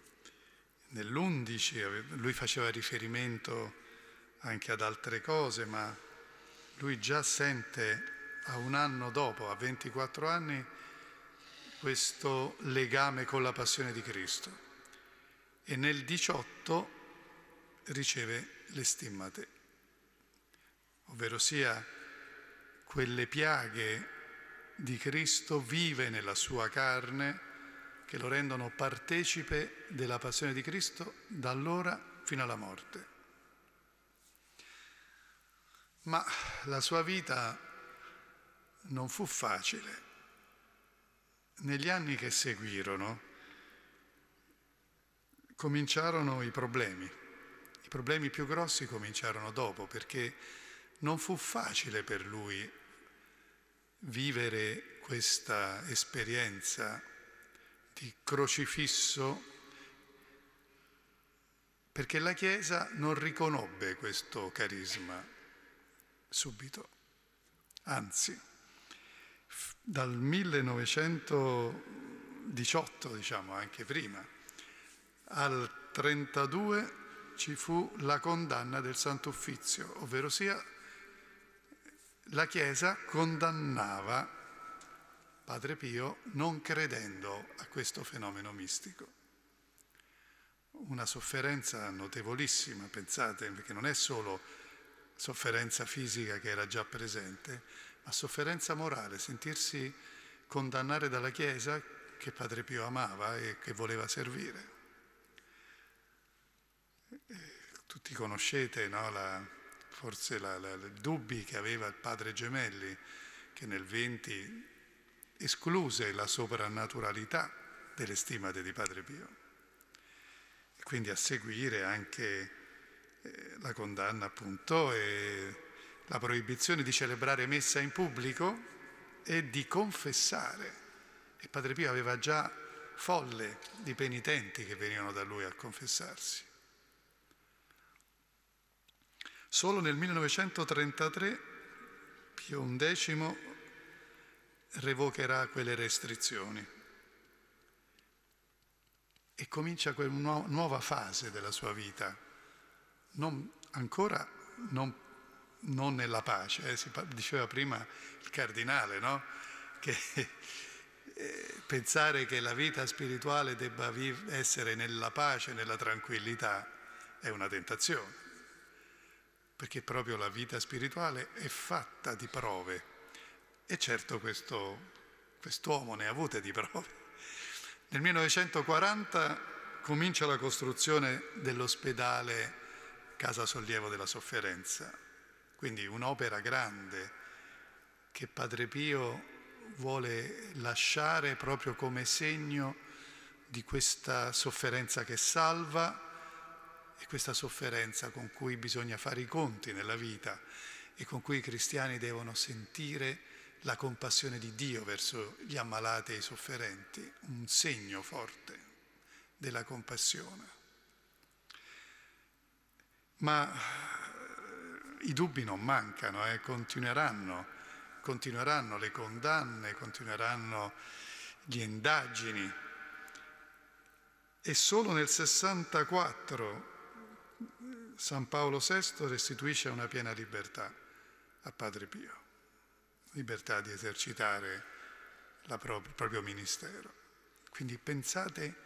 nell'11, lui faceva riferimento anche ad altre cose, ma lui già sente a un anno dopo, a 24 anni, questo legame con la passione di Cristo. E nel 18 riceve le stimmate, ovvero sia quelle piaghe di Cristo vive nella sua carne che lo rendono partecipe della passione di Cristo da allora fino alla morte. Ma la sua vita non fu facile. Negli anni che seguirono cominciarono i problemi. I problemi più grossi cominciarono dopo, perché non fu facile per lui vivere questa esperienza di crocifisso, perché la Chiesa non riconobbe questo carisma subito. Anzi, dal 1918, diciamo anche prima, al 32 ci fu la condanna del Santo Uffizio, ovvero sia la Chiesa condannava Padre Pio non credendo a questo fenomeno mistico. Una sofferenza notevolissima, pensate, perché non è solo sofferenza fisica che era già presente, ma sofferenza morale, sentirsi condannare dalla Chiesa che Padre Pio amava e che voleva servire. Tutti conoscete, no, forse i dubbi che aveva il padre Gemelli, che nel 20 escluse la soprannaturalità delle stimate di Padre Pio. E quindi a seguire anche la condanna appunto e la proibizione di celebrare messa in pubblico e di confessare. E Padre Pio aveva già folle di penitenti che venivano da lui a confessarsi. Solo nel 1933 Pio XI revocherà quelle restrizioni e comincia una nuova fase della sua vita, non nella pace. Diceva prima il cardinale, no? Che pensare che la vita spirituale debba essere nella pace, nella tranquillità, è una tentazione, perché proprio la vita spirituale è fatta di prove. E certo quest'uomo ne ha avute di prove. Nel 1940 comincia la costruzione dell'ospedale Casa Sollievo della Sofferenza, quindi un'opera grande che Padre Pio vuole lasciare proprio come segno di questa sofferenza che salva e questa sofferenza con cui bisogna fare i conti nella vita e con cui i cristiani devono sentire la compassione di Dio verso gli ammalati e i sofferenti, un segno forte della compassione. Ma i dubbi non mancano, continueranno le condanne, continueranno le indagini. E solo nel 64 San Paolo VI restituisce una piena libertà a Padre Pio, libertà di esercitare il proprio ministero. Quindi pensate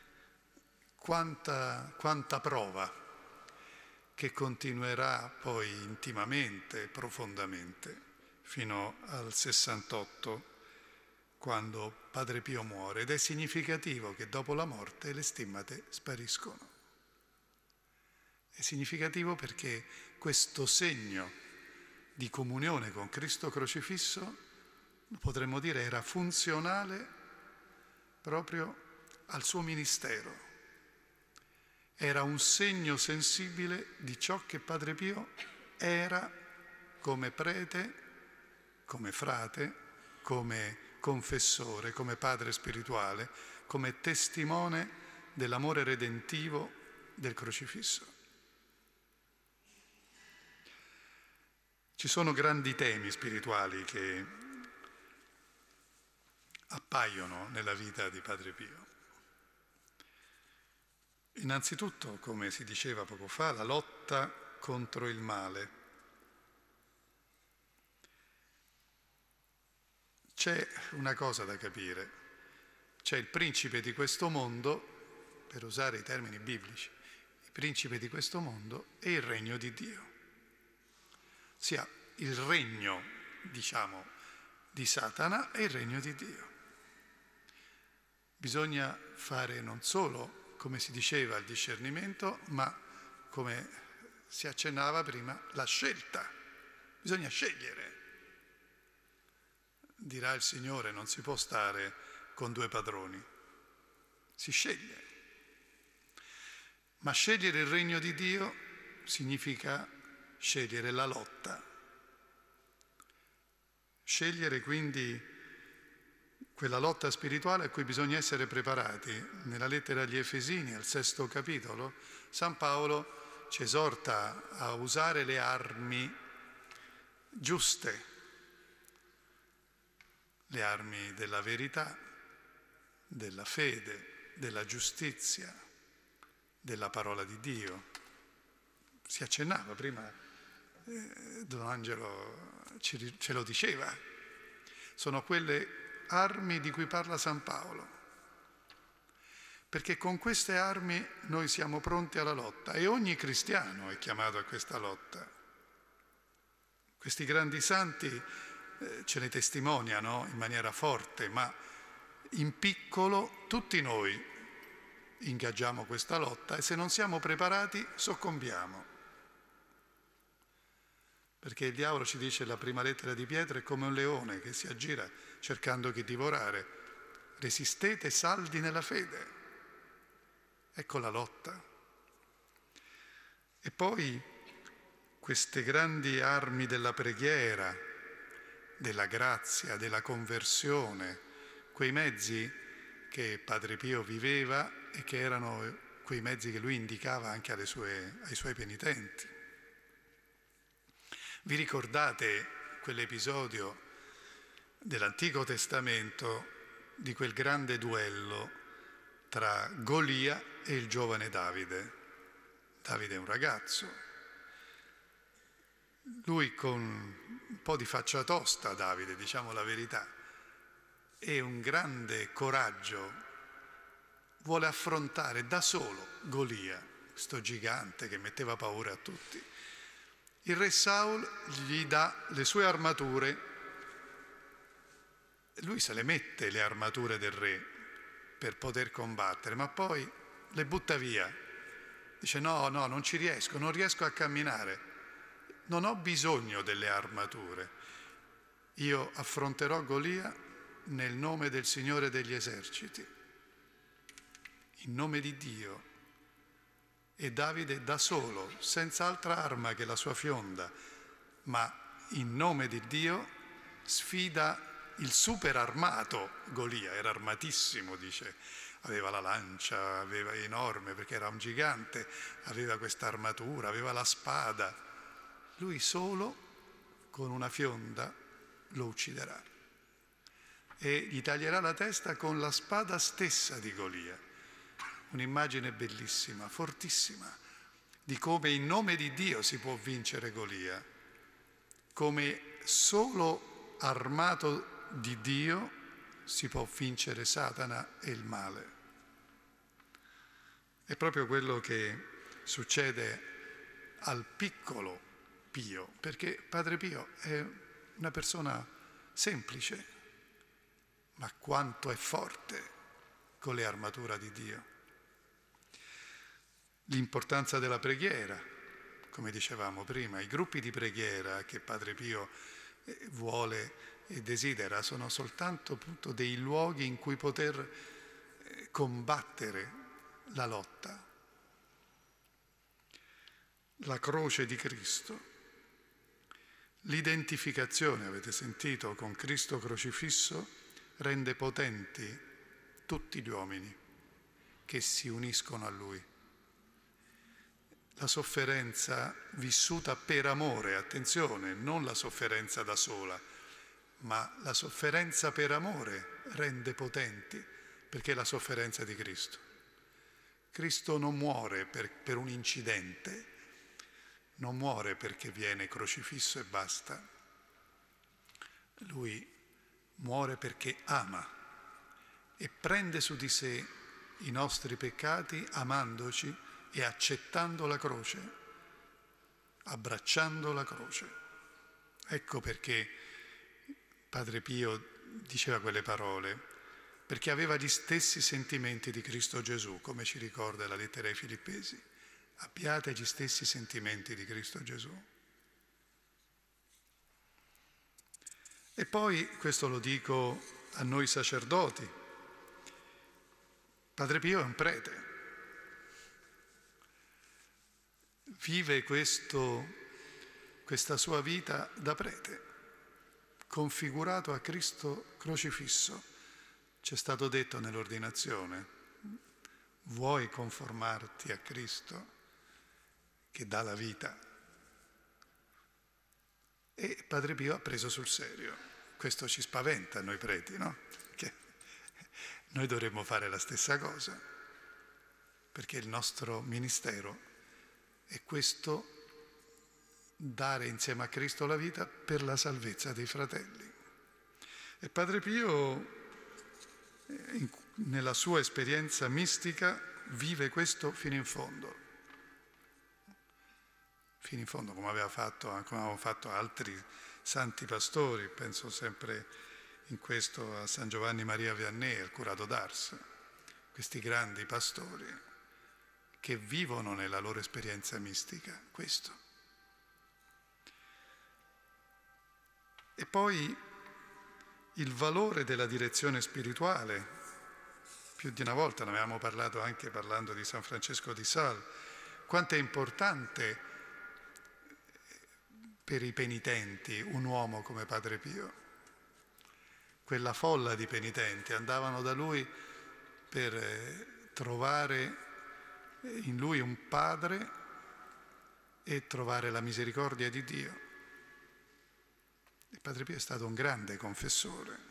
quanta prova che continuerà poi intimamente, profondamente, fino al 68, quando Padre Pio muore. Ed è significativo che dopo la morte le stimmate spariscono. È significativo perché questo segno di comunione con Cristo crocifisso, potremmo dire, era funzionale proprio al suo ministero. Era un segno sensibile di ciò che Padre Pio era come prete, come frate, come confessore, come padre spirituale, come testimone dell'amore redentivo del crocifisso. Ci sono grandi temi spirituali che appaiono nella vita di Padre Pio. Innanzitutto, come si diceva poco fa, la lotta contro il male. C'è una cosa da capire: c'è il principe di questo mondo, per usare i termini biblici, il principe di questo mondo e il regno di Dio. Sia il regno, diciamo, di Satana e il regno di Dio. Bisogna fare non solo, come si diceva, il discernimento, ma, come si accennava prima, la scelta. Bisogna scegliere. Dirà il Signore, non si può stare con due padroni. Si sceglie. Ma scegliere il regno di Dio significa scegliere la lotta. Scegliere quindi quella lotta spirituale a cui bisogna essere preparati. Nella lettera agli Efesini, al 6° capitolo, San Paolo ci esorta a usare le armi giuste, le armi della verità, della fede, della giustizia, della parola di Dio. Si accennava prima, Don Angelo ce lo diceva, sono quelle armi di cui parla San Paolo, perché con queste armi noi siamo pronti alla lotta e ogni cristiano è chiamato a questa lotta. Questi grandi santi ce ne testimoniano in maniera forte, ma in piccolo tutti noi ingaggiamo questa lotta e se non siamo preparati soccombiamo. Perché il diavolo ci dice, la prima lettera di Pietro, è come un leone che si aggira cercando chi divorare. Resistete saldi nella fede. Ecco la lotta. E poi queste grandi armi della preghiera, della grazia, della conversione, quei mezzi che Padre Pio viveva e che erano quei mezzi che lui indicava anche ai suoi penitenti. Vi ricordate quell'episodio dell'Antico Testamento di quel grande duello tra Golia e il giovane Davide? Davide è un ragazzo, lui con un po' di faccia tosta, Davide, diciamo la verità, e un grande coraggio vuole affrontare da solo Golia, questo gigante che metteva paura a tutti. Il re Saul gli dà le sue armature, lui se le mette le armature del re per poter combattere, ma poi le butta via. Dice no, non ci riesco, non riesco a camminare, non ho bisogno delle armature. Io affronterò Golia nel nome del Signore degli eserciti, in nome di Dio. E Davide da solo, senza altra arma che la sua fionda, ma in nome di Dio, sfida il super armato Golia. Era armatissimo, dice, aveva la lancia, aveva enorme perché era un gigante, aveva questa armatura, aveva la spada. Lui solo, con una fionda, lo ucciderà e gli taglierà la testa con la spada stessa di Golia. Un'immagine bellissima, fortissima, di come in nome di Dio si può vincere Golia, come solo armato di Dio si può vincere Satana e il male. È proprio quello che succede al piccolo Pio, perché Padre Pio è una persona semplice, ma quanto è forte con le armature di Dio. L'importanza della preghiera, come dicevamo prima, i gruppi di preghiera che Padre Pio vuole e desidera sono soltanto appunto dei luoghi in cui poter combattere la lotta. La croce di Cristo, l'identificazione, avete sentito, con Cristo crocifisso rende potenti tutti gli uomini che si uniscono a Lui. La sofferenza vissuta per amore, attenzione, non la sofferenza da sola, ma la sofferenza per amore rende potenti, perché è la sofferenza di Cristo. Cristo non muore per un incidente, non muore perché viene crocifisso e basta. Lui muore perché ama e prende su di sé i nostri peccati amandoci e accettando la croce, abbracciando la croce. Ecco perché Padre Pio diceva quelle parole, perché aveva gli stessi sentimenti di Cristo Gesù, come ci ricorda la lettera ai Filippesi. Abbiate gli stessi sentimenti di Cristo Gesù. E poi, questo lo dico a noi sacerdoti, Padre Pio è un prete. Vive questa sua vita da prete, configurato a Cristo crocifisso. C'è stato detto nell'ordinazione, vuoi conformarti a Cristo che dà la vita? E Padre Pio ha preso sul serio. Questo ci spaventa a noi preti, no? Che noi dovremmo fare la stessa cosa, perché il nostro ministero è questo, dare insieme a Cristo la vita per la salvezza dei fratelli. E Padre Pio, nella sua esperienza mistica, vive questo fino in fondo. Fino in fondo, come avevano fatto altri santi pastori, penso sempre in questo a San Giovanni Maria Vianney, al curato d'Ars. questi grandi pastori che vivono nella loro esperienza mistica questo. E poi il valore della direzione spirituale. Più di una volta ne avevamo parlato anche parlando di San Francesco di Sales, quanto è importante per i penitenti un uomo come Padre Pio. Quella folla di penitenti andavano da lui per trovare in lui un padre e trovare la misericordia di Dio. Il Padre Pio è stato un grande confessore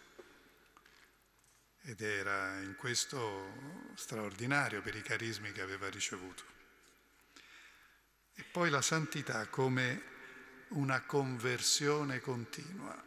ed era in questo straordinario per i carismi che aveva ricevuto. E poi la santità come una conversione continua.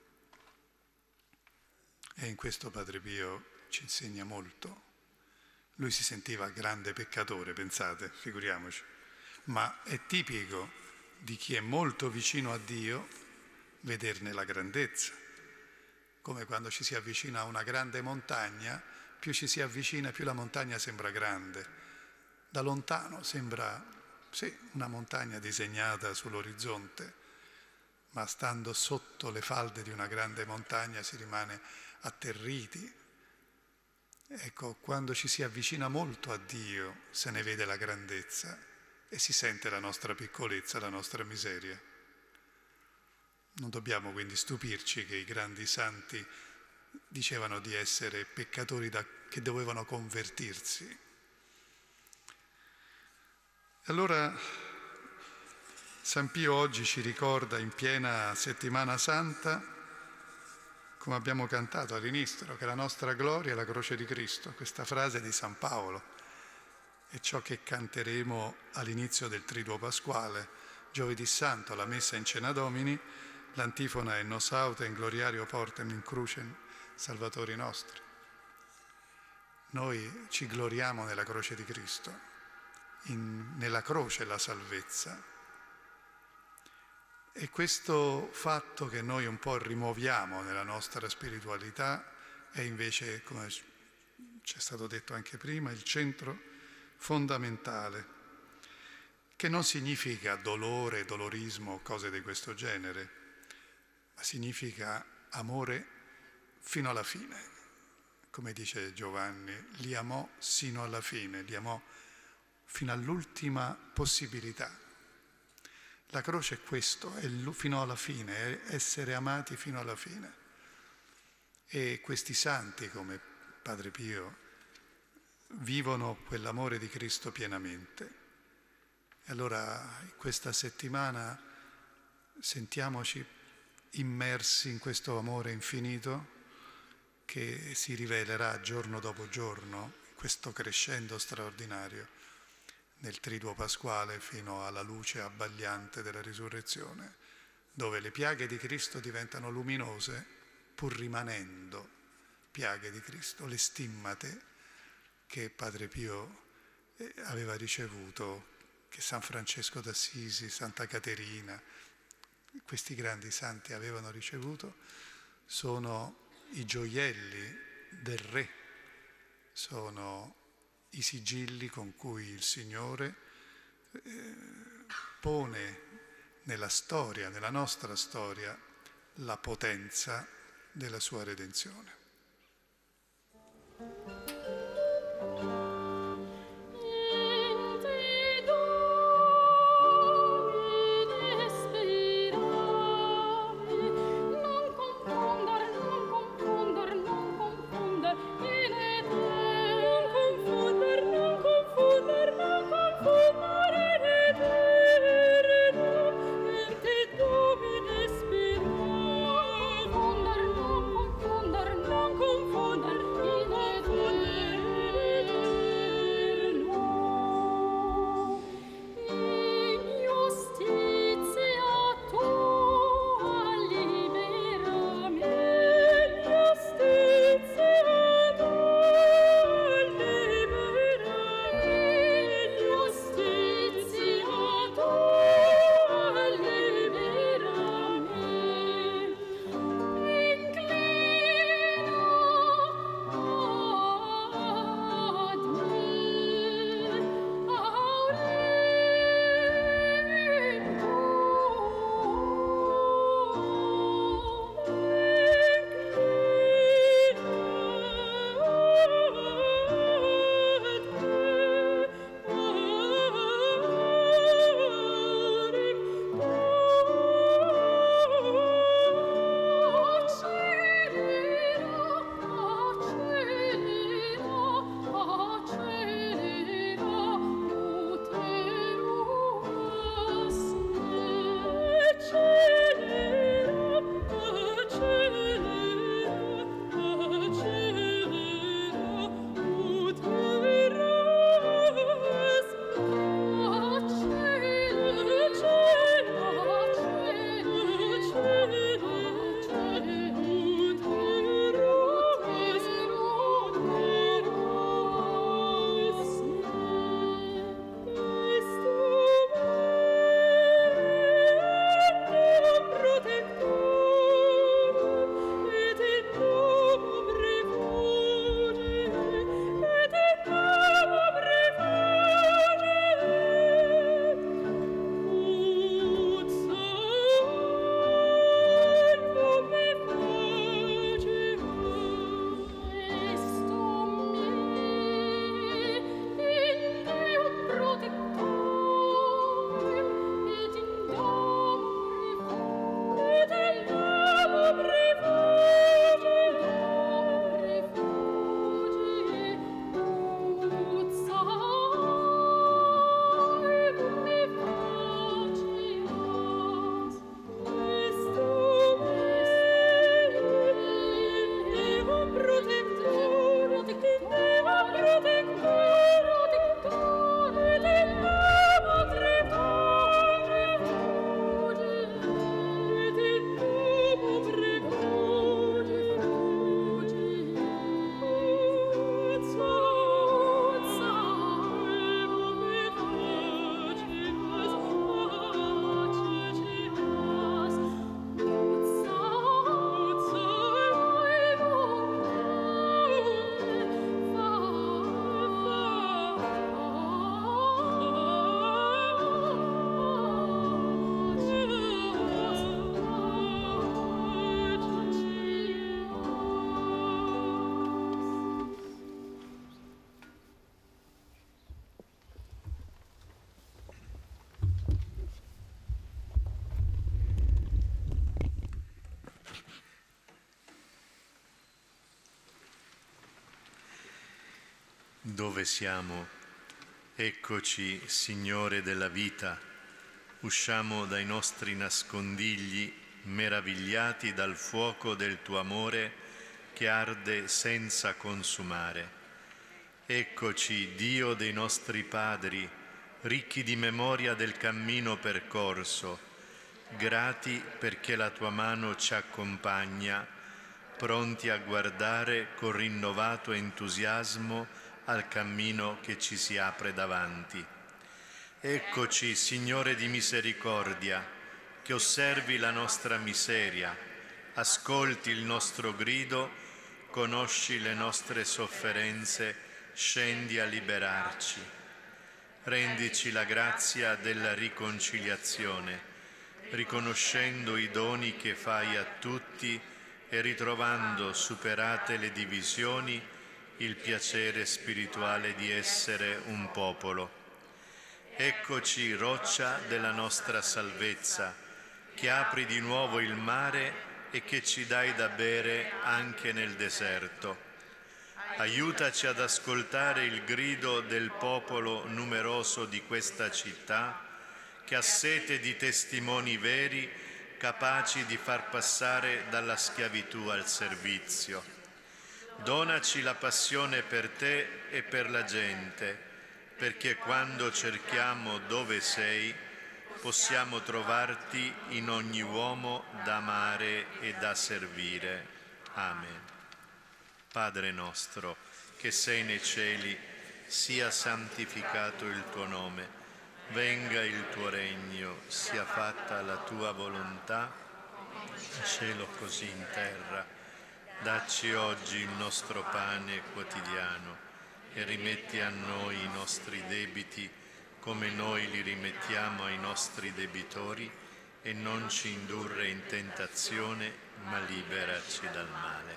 E in questo Padre Pio ci insegna molto. Lui si sentiva grande peccatore, pensate, figuriamoci, ma è tipico di chi è molto vicino a Dio vederne la grandezza. Come quando ci si avvicina a una grande montagna, più ci si avvicina, più la montagna sembra grande. Da lontano sembra, sì, una montagna disegnata sull'orizzonte, ma stando sotto le falde di una grande montagna si rimane atterriti. Ecco, quando ci si avvicina molto a Dio se ne vede la grandezza e si sente la nostra piccolezza, la nostra miseria. Non dobbiamo quindi stupirci che i grandi santi dicevano di essere peccatori che dovevano convertirsi. Allora San Pio oggi ci ricorda in piena Settimana Santa, come abbiamo cantato all'inizio, che la nostra gloria è la croce di Cristo, questa frase di San Paolo, è ciò che canteremo all'inizio del Triduo Pasquale, giovedì santo, la messa in Cena Domini. L'antifona è Nos autem gloriario portem in crucem Salvatori nostri. Noi ci gloriamo nella croce di Cristo, nella croce la salvezza. E questo fatto che noi un po' rimuoviamo nella nostra spiritualità è invece, come c'è stato detto anche prima, il centro fondamentale, che non significa dolore, dolorismo, cose di questo genere, ma significa amore fino alla fine. Come dice Giovanni, li amò sino alla fine, li amò fino all'ultima possibilità. La croce è questo, è fino alla fine, è essere amati fino alla fine. E questi santi, come Padre Pio, vivono quell'amore di Cristo pienamente. E allora in questa settimana sentiamoci immersi in questo amore infinito che si rivelerà giorno dopo giorno, questo crescendo straordinario nel Triduo Pasquale fino alla luce abbagliante della risurrezione, dove le piaghe di Cristo diventano luminose pur rimanendo piaghe di Cristo, le stimmate che Padre Pio aveva ricevuto, che San Francesco d'Assisi, Santa Caterina, questi grandi santi avevano ricevuto, sono i gioielli del Re, sono i sigilli con cui il Signore pone nella storia, nella nostra storia, la potenza della sua redenzione.
Non
Dove siamo? Eccoci, Signore della vita. Usciamo dai nostri nascondigli, meravigliati dal fuoco del tuo amore che arde senza consumare. Eccoci, Dio dei nostri padri, ricchi di memoria del cammino percorso, grati perché la tua mano ci accompagna, pronti a guardare con rinnovato entusiasmo al cammino che ci si apre davanti. Eccoci, Signore di misericordia, che osservi la nostra miseria, ascolti il nostro grido, conosci le nostre sofferenze, scendi a liberarci. Rendici la grazia della riconciliazione, riconoscendo i doni che fai a tutti e ritrovando, superate le divisioni, il piacere spirituale di essere un popolo. Eccoci, roccia della nostra salvezza, che apri di nuovo il mare e che ci dai da bere anche nel deserto. Aiutaci ad ascoltare il grido del popolo numeroso di questa città, che ha sete di testimoni veri, capaci di far passare dalla schiavitù al servizio. Donaci la passione per te e per la gente, perché quando cerchiamo dove sei, possiamo trovarti in ogni uomo da amare e da servire. Amen. Padre nostro, che sei nei cieli, sia santificato il tuo nome, venga il tuo regno, sia fatta la tua volontà, in cielo così in terra. Dacci oggi il nostro pane quotidiano e rimetti a noi i nostri debiti come noi li rimettiamo ai nostri debitori e non ci indurre in tentazione, ma liberaci dal male.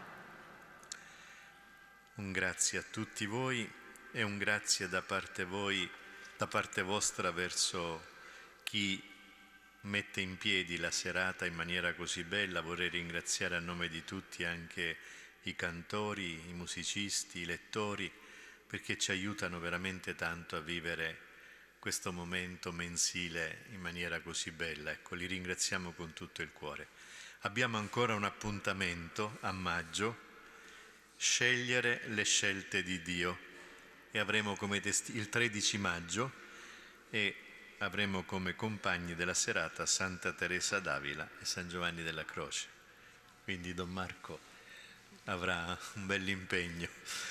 Un grazie a tutti voi e un grazie da parte vostra verso chi mette in piedi la serata in maniera così bella. Vorrei ringraziare a nome di tutti anche i cantori, i musicisti, i lettori, perché ci aiutano veramente tanto a vivere questo momento mensile in maniera così bella. Ecco, li ringraziamo con tutto il cuore. Abbiamo ancora un appuntamento a maggio, scegliere le scelte di Dio, e avremo come il 13 maggio e avremo come compagni della serata Santa Teresa d'Avila e San Giovanni della Croce. Quindi Don Marco avrà un bell'impegno.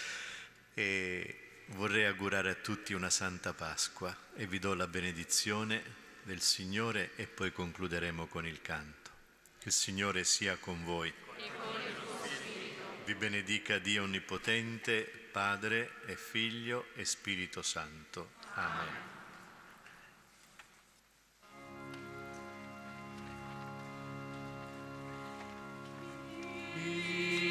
E vorrei augurare a tutti una Santa Pasqua e vi do la benedizione del Signore e poi concluderemo con il canto. Che il Signore sia con voi. Vi benedica Dio Onnipotente, Padre e Figlio e Spirito Santo. Amen.
Amen.